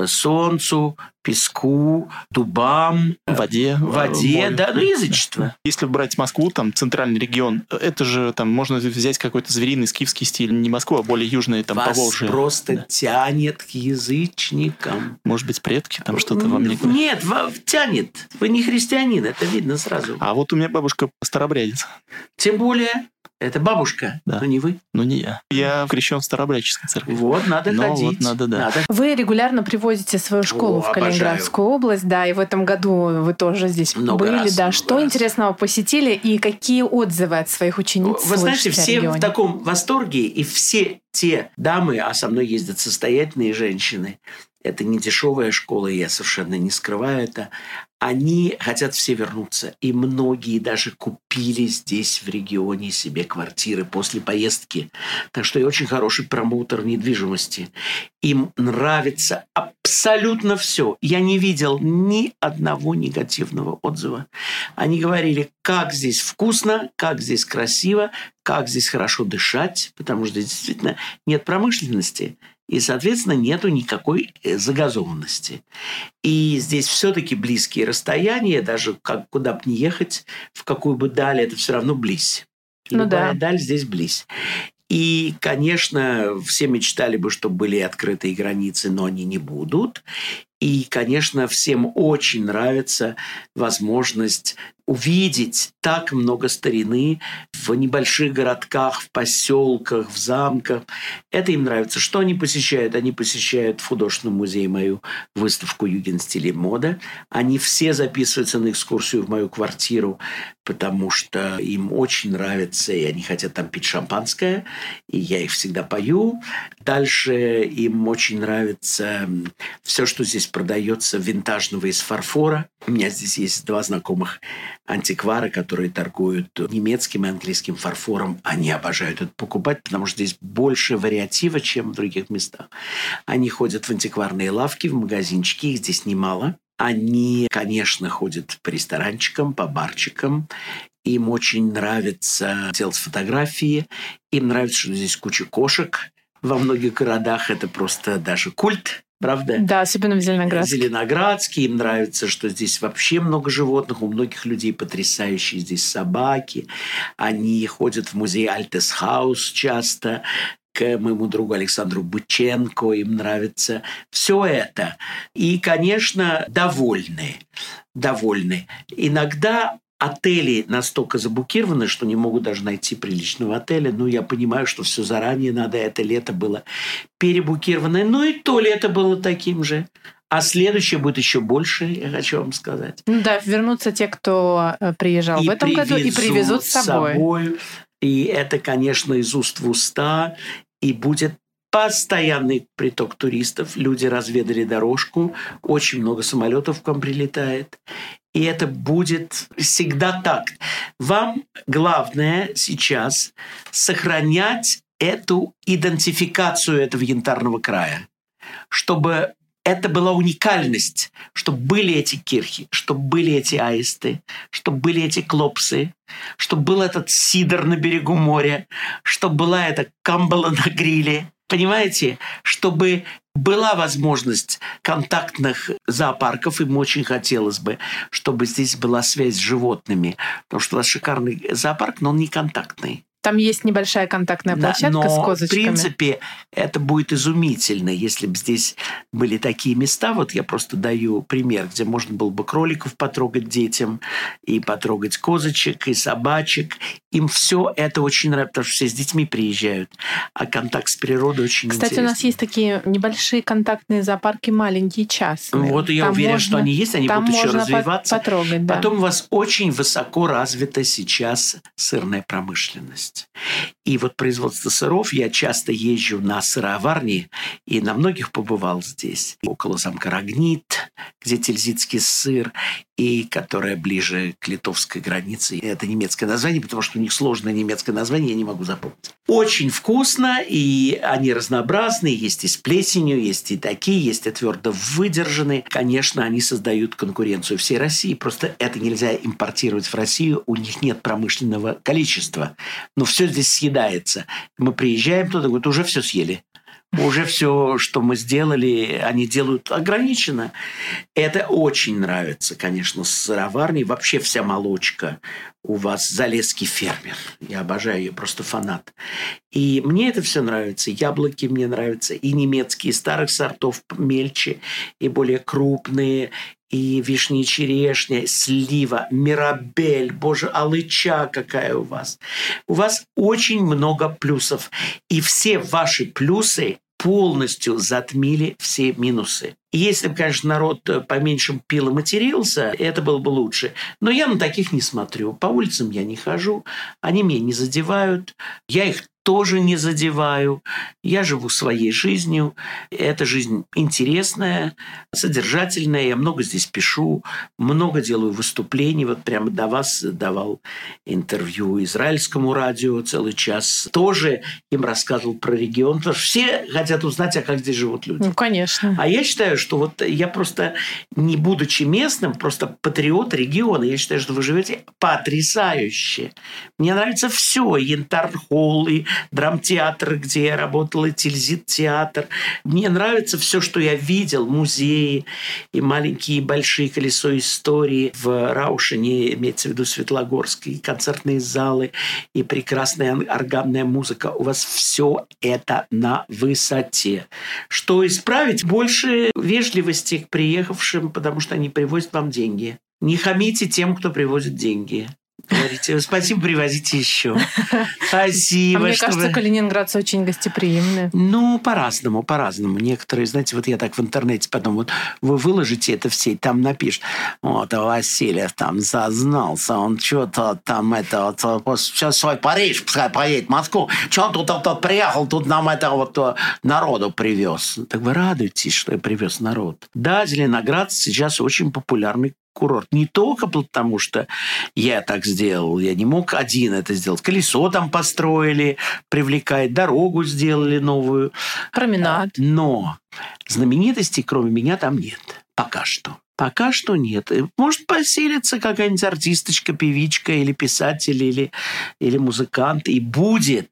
солнцу, песку, дубам, воде, да, язычество. Если брать Москву, там, центральный регион, это же там можно взять какой-то звериный скифский стиль, не Москву, а более южный, там, Поволжье. Вас просто тянет к язычникам. Может быть, предки там что-то во мне... Нет, тянет. Вы не христианин. Это видно сразу. А вот у меня бабушка старобрядец. Тем более, это бабушка, Да. но не вы. Но не я. Я крещен в Старобрядческой церкви. Вот, надо Но ходить. вот надо, да. Надо. Вы регулярно привозите свою школу в обожаю. Калининградскую область, да, и в этом году вы тоже здесь Много были, раз, да. много Что раз. интересного посетили и какие отзывы от своих учениц Вы знаете, слышите о все регионе? в таком восторге, и все те дамы, а со мной ездят состоятельные женщины, это не дешевая школа, я совершенно не скрываю это, они хотят все вернуться. И многие даже купили здесь, в регионе, себе квартиры после поездки. Так что я очень хороший промоутер недвижимости. Им нравится абсолютно все. Я не видел ни одного негативного отзыва. Они говорили, как здесь вкусно, как здесь красиво, как здесь хорошо дышать, потому что здесь действительно нет промышленности. И, соответственно, нету никакой загазованности. И здесь все-таки близкие расстояния, даже куда бы ни ехать, в какую бы даль, это все равно близь. Ну Любая да. даль здесь близь. И, конечно, все мечтали бы, чтобы были открытые границы, но они не будут. И, конечно, всем очень нравится возможность увидеть так много старины в небольших городках, в поселках, в замках. Это им нравится. Что они посещают? Они посещают в художественном музее мою выставку «Югенстиль и мода». Они все записываются на экскурсию в мою квартиру, потому что им очень нравится, и они хотят там пить шампанское, и я их всегда пою. Дальше им очень нравится все, что здесь продается винтажного из фарфора. У меня здесь есть 2 знакомых антиквара, которые торгуют немецким и английским фарфором. Они обожают это покупать, потому что здесь больше вариатива, чем в других местах. Они ходят в антикварные лавки, в магазинчики, их здесь немало. Они, конечно, ходят по ресторанчикам, по барчикам. Им очень нравится делать фотографии. Им нравится, что здесь куча кошек. Во многих городах это просто даже культ. Правда? Да, особенно в Зеленоградске. Зеленоградске. Им нравится, что здесь вообще много животных. У многих людей потрясающие здесь собаки. Они ходят в музей Альтес Хаус часто. К моему другу Александру Быченко им нравится все это. И, конечно, довольны. Иногда отели настолько забукированы, что не могут даже найти приличного отеля. Ну, я понимаю, что все заранее надо. Это лето было перебукировано. Ну, и то лето было таким же. А следующее будет еще больше, я хочу вам сказать. Ну да, вернутся те, кто приезжал в этом году, и привезут с собой. И это, конечно, из уст в уста. И будет постоянный приток туристов. Люди разведали дорожку. Очень много самолетов к вам прилетает. И это будет всегда так. Вам главное сейчас сохранять эту идентификацию этого янтарного края, чтобы это была уникальность, чтобы были эти кирхи, чтобы были эти аисты, чтобы были эти клопсы, чтобы был этот сидр на берегу моря, чтобы была эта камбала на гриле. Понимаете? Чтобы была возможность контактных зоопарков, им очень хотелось бы, чтобы здесь была связь с животными. Потому что у вас шикарный зоопарк, но он не контактный. Там есть небольшая контактная площадка но, с козочками. В принципе, это будет изумительно, если бы здесь были такие места. Вот я просто даю пример, где можно было бы кроликов потрогать детям, и потрогать козочек, и собачек. Им все это очень нравится, потому что все с детьми приезжают. А контакт с природой очень Кстати, интересный. у нас есть такие небольшие контактные зоопарки, маленькие, частные. Вот я Там уверен, что они есть, они там будут еще можно развиваться. потрогать, да. Потом у вас очень высоко развита сейчас сырная промышленность. И вот производство сыров, я часто езжу на сыроварни, и на многих побывал здесь. Около замка Рогнит, где тильзитский сыр, и которая ближе к литовской границе. Это немецкое название, потому что у них сложное немецкое название, я не могу запомнить. Очень вкусно, и они разнообразные. Есть и с плесенью, есть и такие, есть и твердо выдержанные. Конечно, они создают конкуренцию всей России. Просто это нельзя импортировать в Россию. У них нет промышленного количества. Но все здесь съедается. Мы приезжаем туда, говорят, уже все съели. Уже все, что мы сделали, они делают ограниченно. Это очень нравится, конечно, с сыроварней. Вообще вся молочка. У вас залесский фермер. Я обожаю ее, просто фанат. И мне это все нравится. Яблоки мне нравятся. И немецкие старых сортов мельче, и более крупные. и вишня, черешня, слива, мирабель, боже, алыча какая у вас. У вас очень много плюсов. И все ваши плюсы полностью затмили все минусы. Если бы, конечно, народ поменьше пил и матерился, это было бы лучше. Но я на таких не смотрю. По улицам я не хожу, они меня не задевают, я их тоже не задеваю. Я живу своей жизнью. Эта жизнь интересная, содержательная. Я много здесь пишу, много делаю выступлений. Вот прямо до вас давал интервью израильскому радио целый час. Тоже им рассказывал про регион. Потому что все хотят узнать, а как здесь живут люди. Ну, конечно. А я считаю, что вот я просто, не будучи местным, просто патриот региона. Я считаю, что вы живете потрясающе. Мне нравится все. Янтарь-холл, и драмтеатр, где я работала, и Тильзит-театр. Мне нравится все, что я видел. Музеи, и маленькие, и большие колесо истории в Раушине, имеется в виду Светлогорск, и концертные залы, и прекрасная органная музыка. У вас все это на высоте. Что исправить? Больше вежливости к приехавшим, потому что они привозят вам деньги. Не хамите тем, кто привозит деньги. Говорите, спасибо, привозите еще. Спасибо. Мне кажется, калининградцы очень гостеприимны. Ну, по-разному. Некоторые, знаете, вот я так в интернете потом, вот вы выложите это в сеть, там напишут, вот, Васильев там зазнался, он что-то там это, вот, сейчас свой Париж, пускай поедет в Москву, что он тут приехал, тут нам это вот народу привез. Так вы радуетесь, что я привез народ. Да, Зеленоград сейчас очень популярный курорт. Не только потому, что я так сделал, я не мог один это сделать. Колесо там построили, привлекает, дорогу сделали новую. Променад. Но знаменитостей, кроме меня, там нет. Пока что. Пока что нет. Может поселиться какая-нибудь артисточка, певичка или писатель, или музыкант. И будет.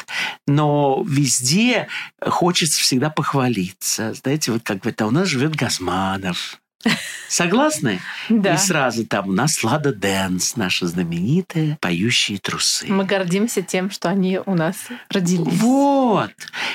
Но везде хочется всегда похвалиться. Знаете, вот как бы-то у нас живет Газманов. Согласны? Да. И сразу там у нас Лада Дэнс, наша знаменитая поющие трусы. Мы гордимся тем, что они у нас родились. Вот.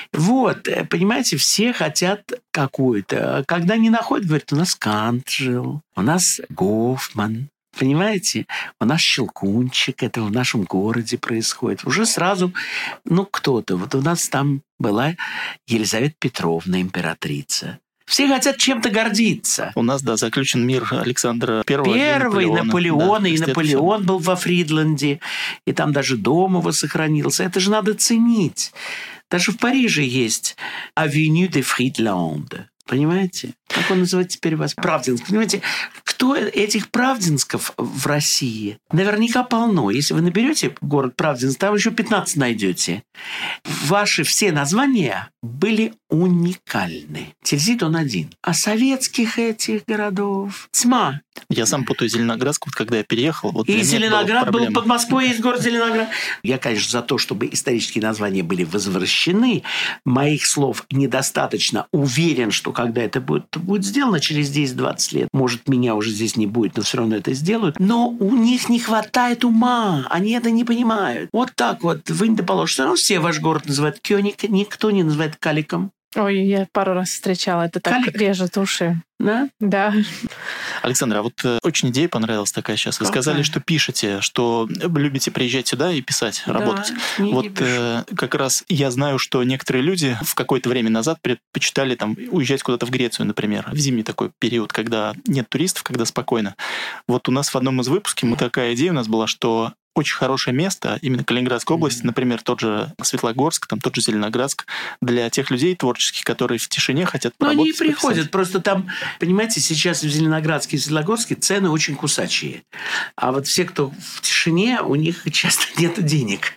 Понимаете, все хотят какую-то. Когда не находят, говорят, у нас Кант жил, у нас Гофман. Понимаете? У нас Щелкунчик, это в нашем городе происходит. Уже сразу, кто-то. Вот у нас там была Елизавета Петровна, императрица. Все хотят чем-то гордиться. У нас, заключен мир Александра I. Первый, Наполеона. Да, и Наполеон все. был во Фридланде. И там даже дом его сохранился. Это же надо ценить. Даже в Париже есть Avenue de Friedland. Понимаете? Как он называется теперь у вас? Правдинск. Понимаете, кто этих правдинсков в России? Наверняка полно. Если вы наберете город Правдинск, там еще 15 найдете. Ваши все названия были уникальны. Тильзит он один. А советских этих городов тьма. Я сам путаю Зеленоградск, вот когда я переехал. Вот и для меня Зеленоград была был под Москвой, есть город Зеленоград. Я, конечно, за то, чтобы исторические названия были возвращены. Моих слов недостаточно. Уверен, что когда это будет сделано через 10-20 лет, может, меня уже здесь не будет, но все равно это сделают. Но у них не хватает ума. Они это не понимают. Вот так вот. Вы не положите. Все равно все ваш город называют Кёник, никто не называет Каликом. Ой, я пару раз встречала. Это так режет уши. Да? Да. Александра, а вот очень идея понравилась такая сейчас. Вы сказали, что пишете, что любите приезжать сюда и писать, работать. Вот как раз я знаю, что некоторые люди в какое-то время назад предпочитали там уезжать куда-то в Грецию, например, в зимний такой период, когда нет туристов, когда спокойно. Вот у нас в одном из выпусков такая идея у нас была, что очень хорошее место, именно Калининградская область, например, тот же Светлогорск, там тот же Зеленоградск, для тех людей творческих, которые в тишине хотят поработать. Но они и приходят, просто там, понимаете, сейчас в Зеленоградске и Светлогорске цены очень кусачие. А вот все, кто в тишине, у них часто нет денег.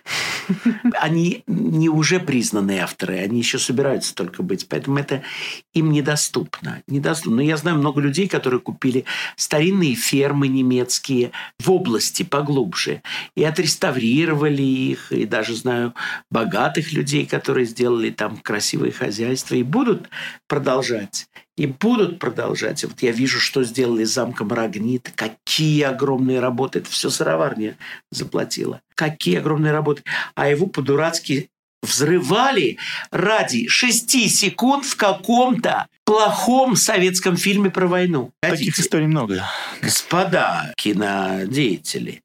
Они не уже признанные авторы, они еще собираются только быть, поэтому это им недоступно. Но я знаю много людей, которые купили старинные фермы немецкие в области поглубже и отреставрировали их, и даже знаю богатых людей, которые сделали там красивые хозяйства, и будут продолжать. Вот я вижу, что сделали с замком Рогнит. Какие огромные работы. Это все сыроварня заплатила. Какие огромные работы. А его по-дурацки взрывали ради 6 секунд в каком-то плохом советском фильме про войну. Таких историй много. Господа кинодеятели,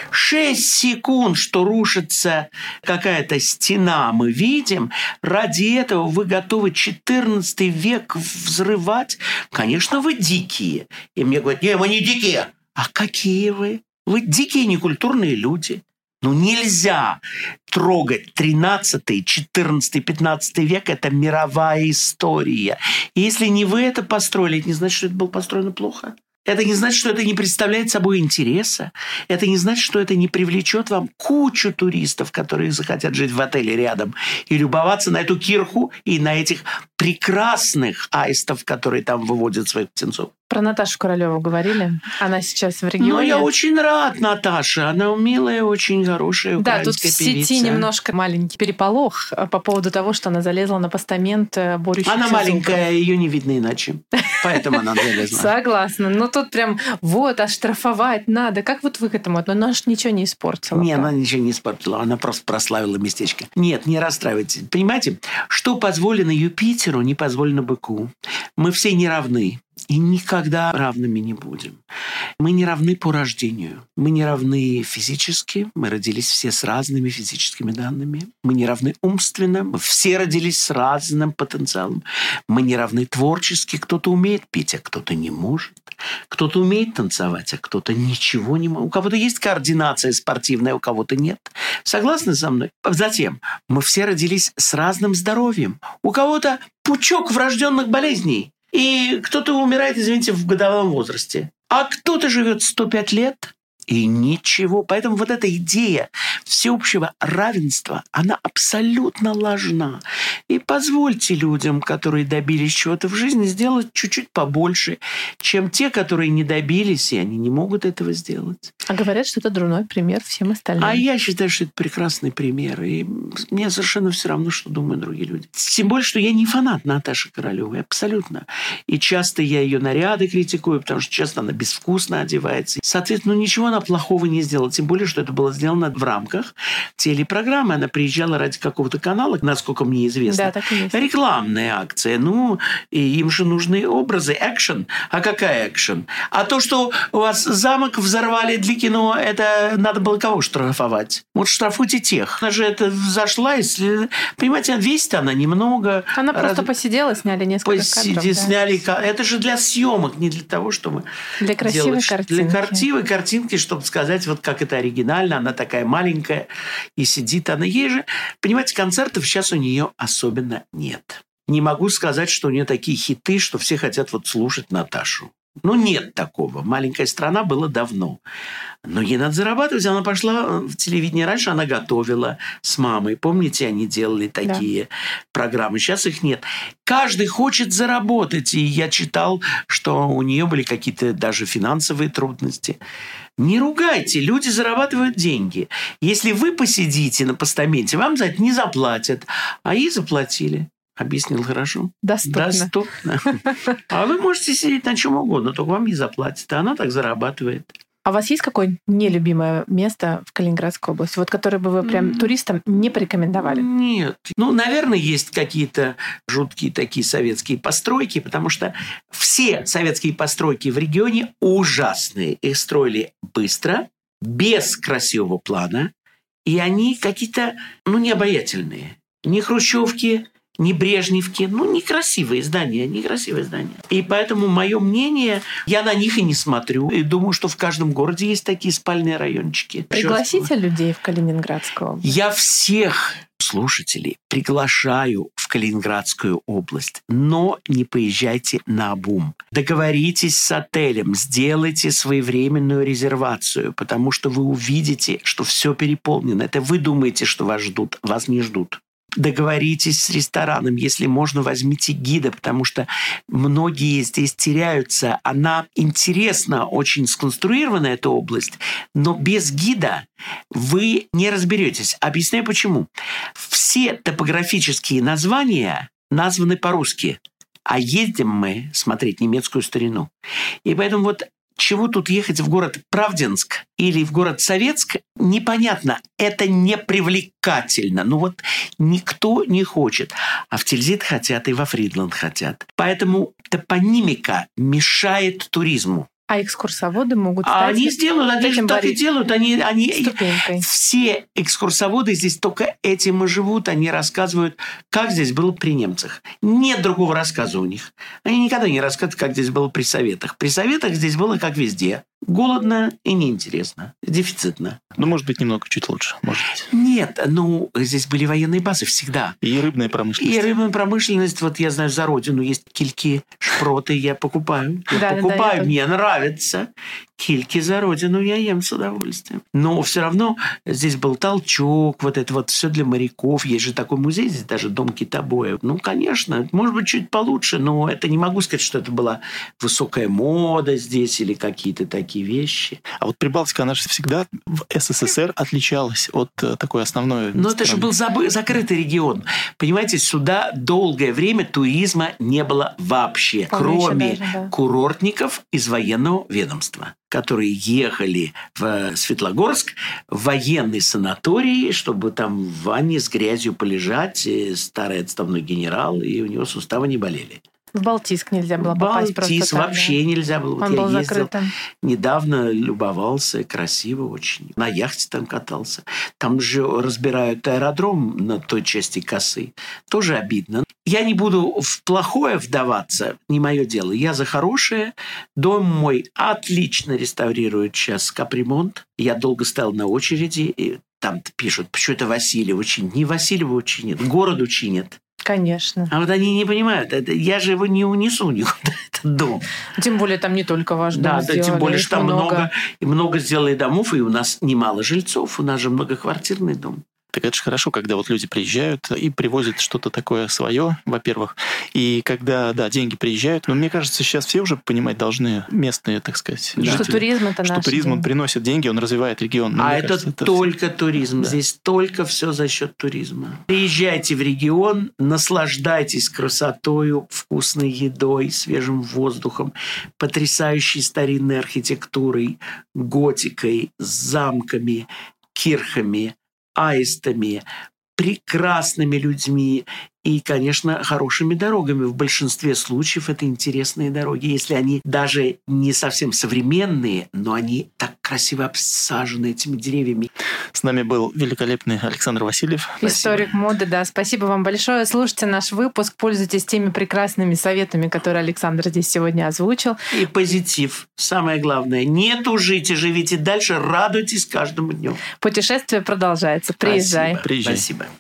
6 секунд, что рушится какая-то стена, мы видим. Ради этого вы готовы 14 век взрывать? Конечно, вы дикие. И мне говорят, не, мы не дикие. А какие вы? Вы дикие некультурные люди. Ну, нельзя трогать 13, 14, 15 век. Это мировая история. И если не вы это построили, это не значит, что это было построено плохо. Это не значит, что это не представляет собой интереса. Это не значит, что это не привлечет вам кучу туристов, которые захотят жить в отеле рядом и любоваться на эту кирху и на этих прекрасных аистов, которые там выводят своих птенцов. Про Наташу Королеву говорили. Она сейчас в регионе. Ну, я очень рад Наташе. Она милая, очень хорошая украинская певица. Да, тут в сети певица. Немножко маленький переполох по поводу того, что она залезла на постамент борющихся Она маленькая, звуков. ее не видно иначе. Поэтому она залезла. Согласна. Но тут прям оштрафовать надо. Как вот вы к этому относитесь? Она же ничего не испортила. Нет, она ничего не испортила. Она просто прославила местечко. Нет, не расстраивайтесь. Понимаете, что позволено Юпитеру, не позволено быку. Мы все не равны. И никогда равными не будем. Мы не равны по рождению. Мы не равны физически. Мы родились все с разными физическими данными. Мы не равны умственно. Мы все родились с разным потенциалом. Мы не равны творчески. Кто-то умеет петь, а кто-то не может. Кто-то умеет танцевать, а кто-то ничего не может. У кого-то есть координация спортивная, у кого-то нет. Согласны со мной? Затем, мы все родились с разным здоровьем. У кого-то пучок врожденных болезней. И кто-то умирает, извините, в годовом возрасте. А кто-то живет 105 лет и ничего. Поэтому вот эта идея всеобщего равенства, она абсолютно ложна. И позвольте людям, которые добились чего-то в жизни, сделать чуть-чуть побольше, чем те, которые не добились, и они не могут этого сделать. А говорят, что это дурной пример всем остальным. А я считаю, что это прекрасный пример. И мне совершенно все равно, что думают другие люди. Тем более, что я не фанат Наташи Королевой. Абсолютно. И часто я ее наряды критикую, потому что часто она безвкусно одевается. Соответственно, ничего она плохого не сделала. Тем более, что это было сделано в рамках телепрограммы. Она приезжала ради какого-то канала, насколько мне известно. Да, так и есть. Рекламная акция. Ну, и им же нужны образы, экшен. А какая экшен? А то, что у вас замок взорвали для кино, это надо было кого штрафовать? Вот штрафуйте тех. Она же это зашла, если... Понимаете, весит она немного. Она просто посидела, сняли несколько кадров. Сняли... Это же для съемок, не для того, чтобы... Для красивой картинки. Для красивой картинки, чтобы сказать, вот как это оригинально. Она такая маленькая и сидит. Она ей же... Понимаете, концертов сейчас у нее особенно нет. Не могу сказать, что у нее такие хиты, что все хотят вот слушать Наташу. Ну, нет такого. «Маленькая страна» было давно. Но ей надо зарабатывать. Она пошла в телевидение. Раньше она готовила с мамой. Помните, они делали такие программы. Сейчас их нет. Каждый хочет заработать. И я читал, что у нее были какие-то даже финансовые трудности. Не ругайте. Люди зарабатывают деньги. Если вы посидите на постаменте, вам за это не заплатят. А ей заплатили. Объяснил хорошо? Доступно. А вы можете сидеть на чем угодно, только вам не заплатят. А она так зарабатывает. А у вас есть какое-нибудь нелюбимое место в Калининградской области, вот которое бы вы прям туристам не порекомендовали? Нет. Ну, наверное, есть какие-то жуткие такие советские постройки, потому что все советские постройки в регионе ужасные. Их строили быстро, без красивого плана, и они какие-то, необаятельные. Не хрущевки, не Брежневки, некрасивые здания. И поэтому мое мнение, я на них и не смотрю. И думаю, что в каждом городе есть такие спальные райончики. Пригласите людей в Калининградскую область? Я всех слушателей приглашаю в Калининградскую область, но не поезжайте наобум. Договоритесь с отелем, сделайте своевременную резервацию, потому что вы увидите, что все переполнено. Это вы думаете, что вас ждут, вас не ждут. Договоритесь с рестораном, если можно, возьмите гида, потому что многие здесь теряются. Она интересна, очень сконструирована, эта область, но без гида вы не разберетесь. Объясняю почему. Все топографические названия названы по-русски, а ездим мы смотреть немецкую старину. И поэтому вот чего тут ехать в город Правдинск или в город Советск, непонятно. Это не привлекательно. Ну вот никто не хочет. А в Тильзит хотят, и во Фридланд хотят. Поэтому топонимика мешает туризму. А экскурсоводы могут стать... А они сделают, они же так и делают. Они ступенькой. все экскурсоводы здесь только этим и живут. Они рассказывают, как здесь было при немцах. Нет другого рассказа у них. Они никогда не рассказывают, как здесь было при советах. При советах здесь было как везде. Голодно и неинтересно. Дефицитно. Ну, может быть, немного чуть лучше. Может быть. Нет, ну, здесь были военные базы всегда. И рыбная промышленность. И рыбная промышленность. Вот я знаю, за родину есть кильки, шпроты, я покупаю. Мне нравится. Кильки за родину я ем с удовольствием. Но все равно здесь был толчок, вот это вот все для моряков. Есть же такой музей, здесь даже дом китобоя. Ну, конечно, может быть, чуть получше, но это не могу сказать, что это была высокая мода здесь или какие-то такие вещи. А вот Прибалтика, она же всегда в СССР отличалась от такой основной Но это же был закрытый регион. Понимаете, сюда долгое время туризма не было вообще, кроме курортников из военного ведомства, которые ехали в Светлогорск в военный санаторий, чтобы там в ванне с грязью полежать, старый отставной генерал, и у него суставы не болели. В Балтийск нельзя было попасть просто так. Вообще нельзя было. Он был закрытым. Недавно любовался, красиво очень. На яхте там катался. Там же разбирают аэродром на той части косы. Тоже обидно. Я не буду в плохое вдаваться, не мое дело. Я за хорошее. Дом мой отлично реставрирует сейчас капремонт. Я долго стоял на очереди, и там пишут, почему это Васильева чинит. Не Васильева чинит, городу чинит. Конечно. А вот они не понимают, я же его не унесу никуда, этот дом. Тем более там не только ваш дом сделали. Да, тем более, что там много сделали домов, и у нас немало жильцов, у нас же многоквартирный дом. Так это же хорошо, когда вот люди приезжают и привозят что-то такое свое, во-первых. И когда, да, деньги приезжают, но мне кажется, сейчас все уже понимать должны, местные, так сказать, жители, что туризм это что туризм, он приносит деньги, он развивает регион. А это кажется, только туризм. Да. Здесь только все за счет туризма. Приезжайте в регион, наслаждайтесь красотою, вкусной едой, свежим воздухом, потрясающей старинной архитектурой, готикой, замками, кирхами, аистами, прекрасными людьми и, конечно, хорошими дорогами. В большинстве случаев это интересные дороги. Если они даже не совсем современные, но они так красиво обсажены этими деревьями. С нами был великолепный Александр Васильев. Историк моды, да. Спасибо вам большое. Слушайте наш выпуск, пользуйтесь теми прекрасными советами, которые Александр здесь сегодня озвучил. И позитив. Самое главное. Не тужите, живите дальше, радуйтесь каждому дню. Путешествие продолжается. Приезжай. Спасибо. Приезжай. Спасибо.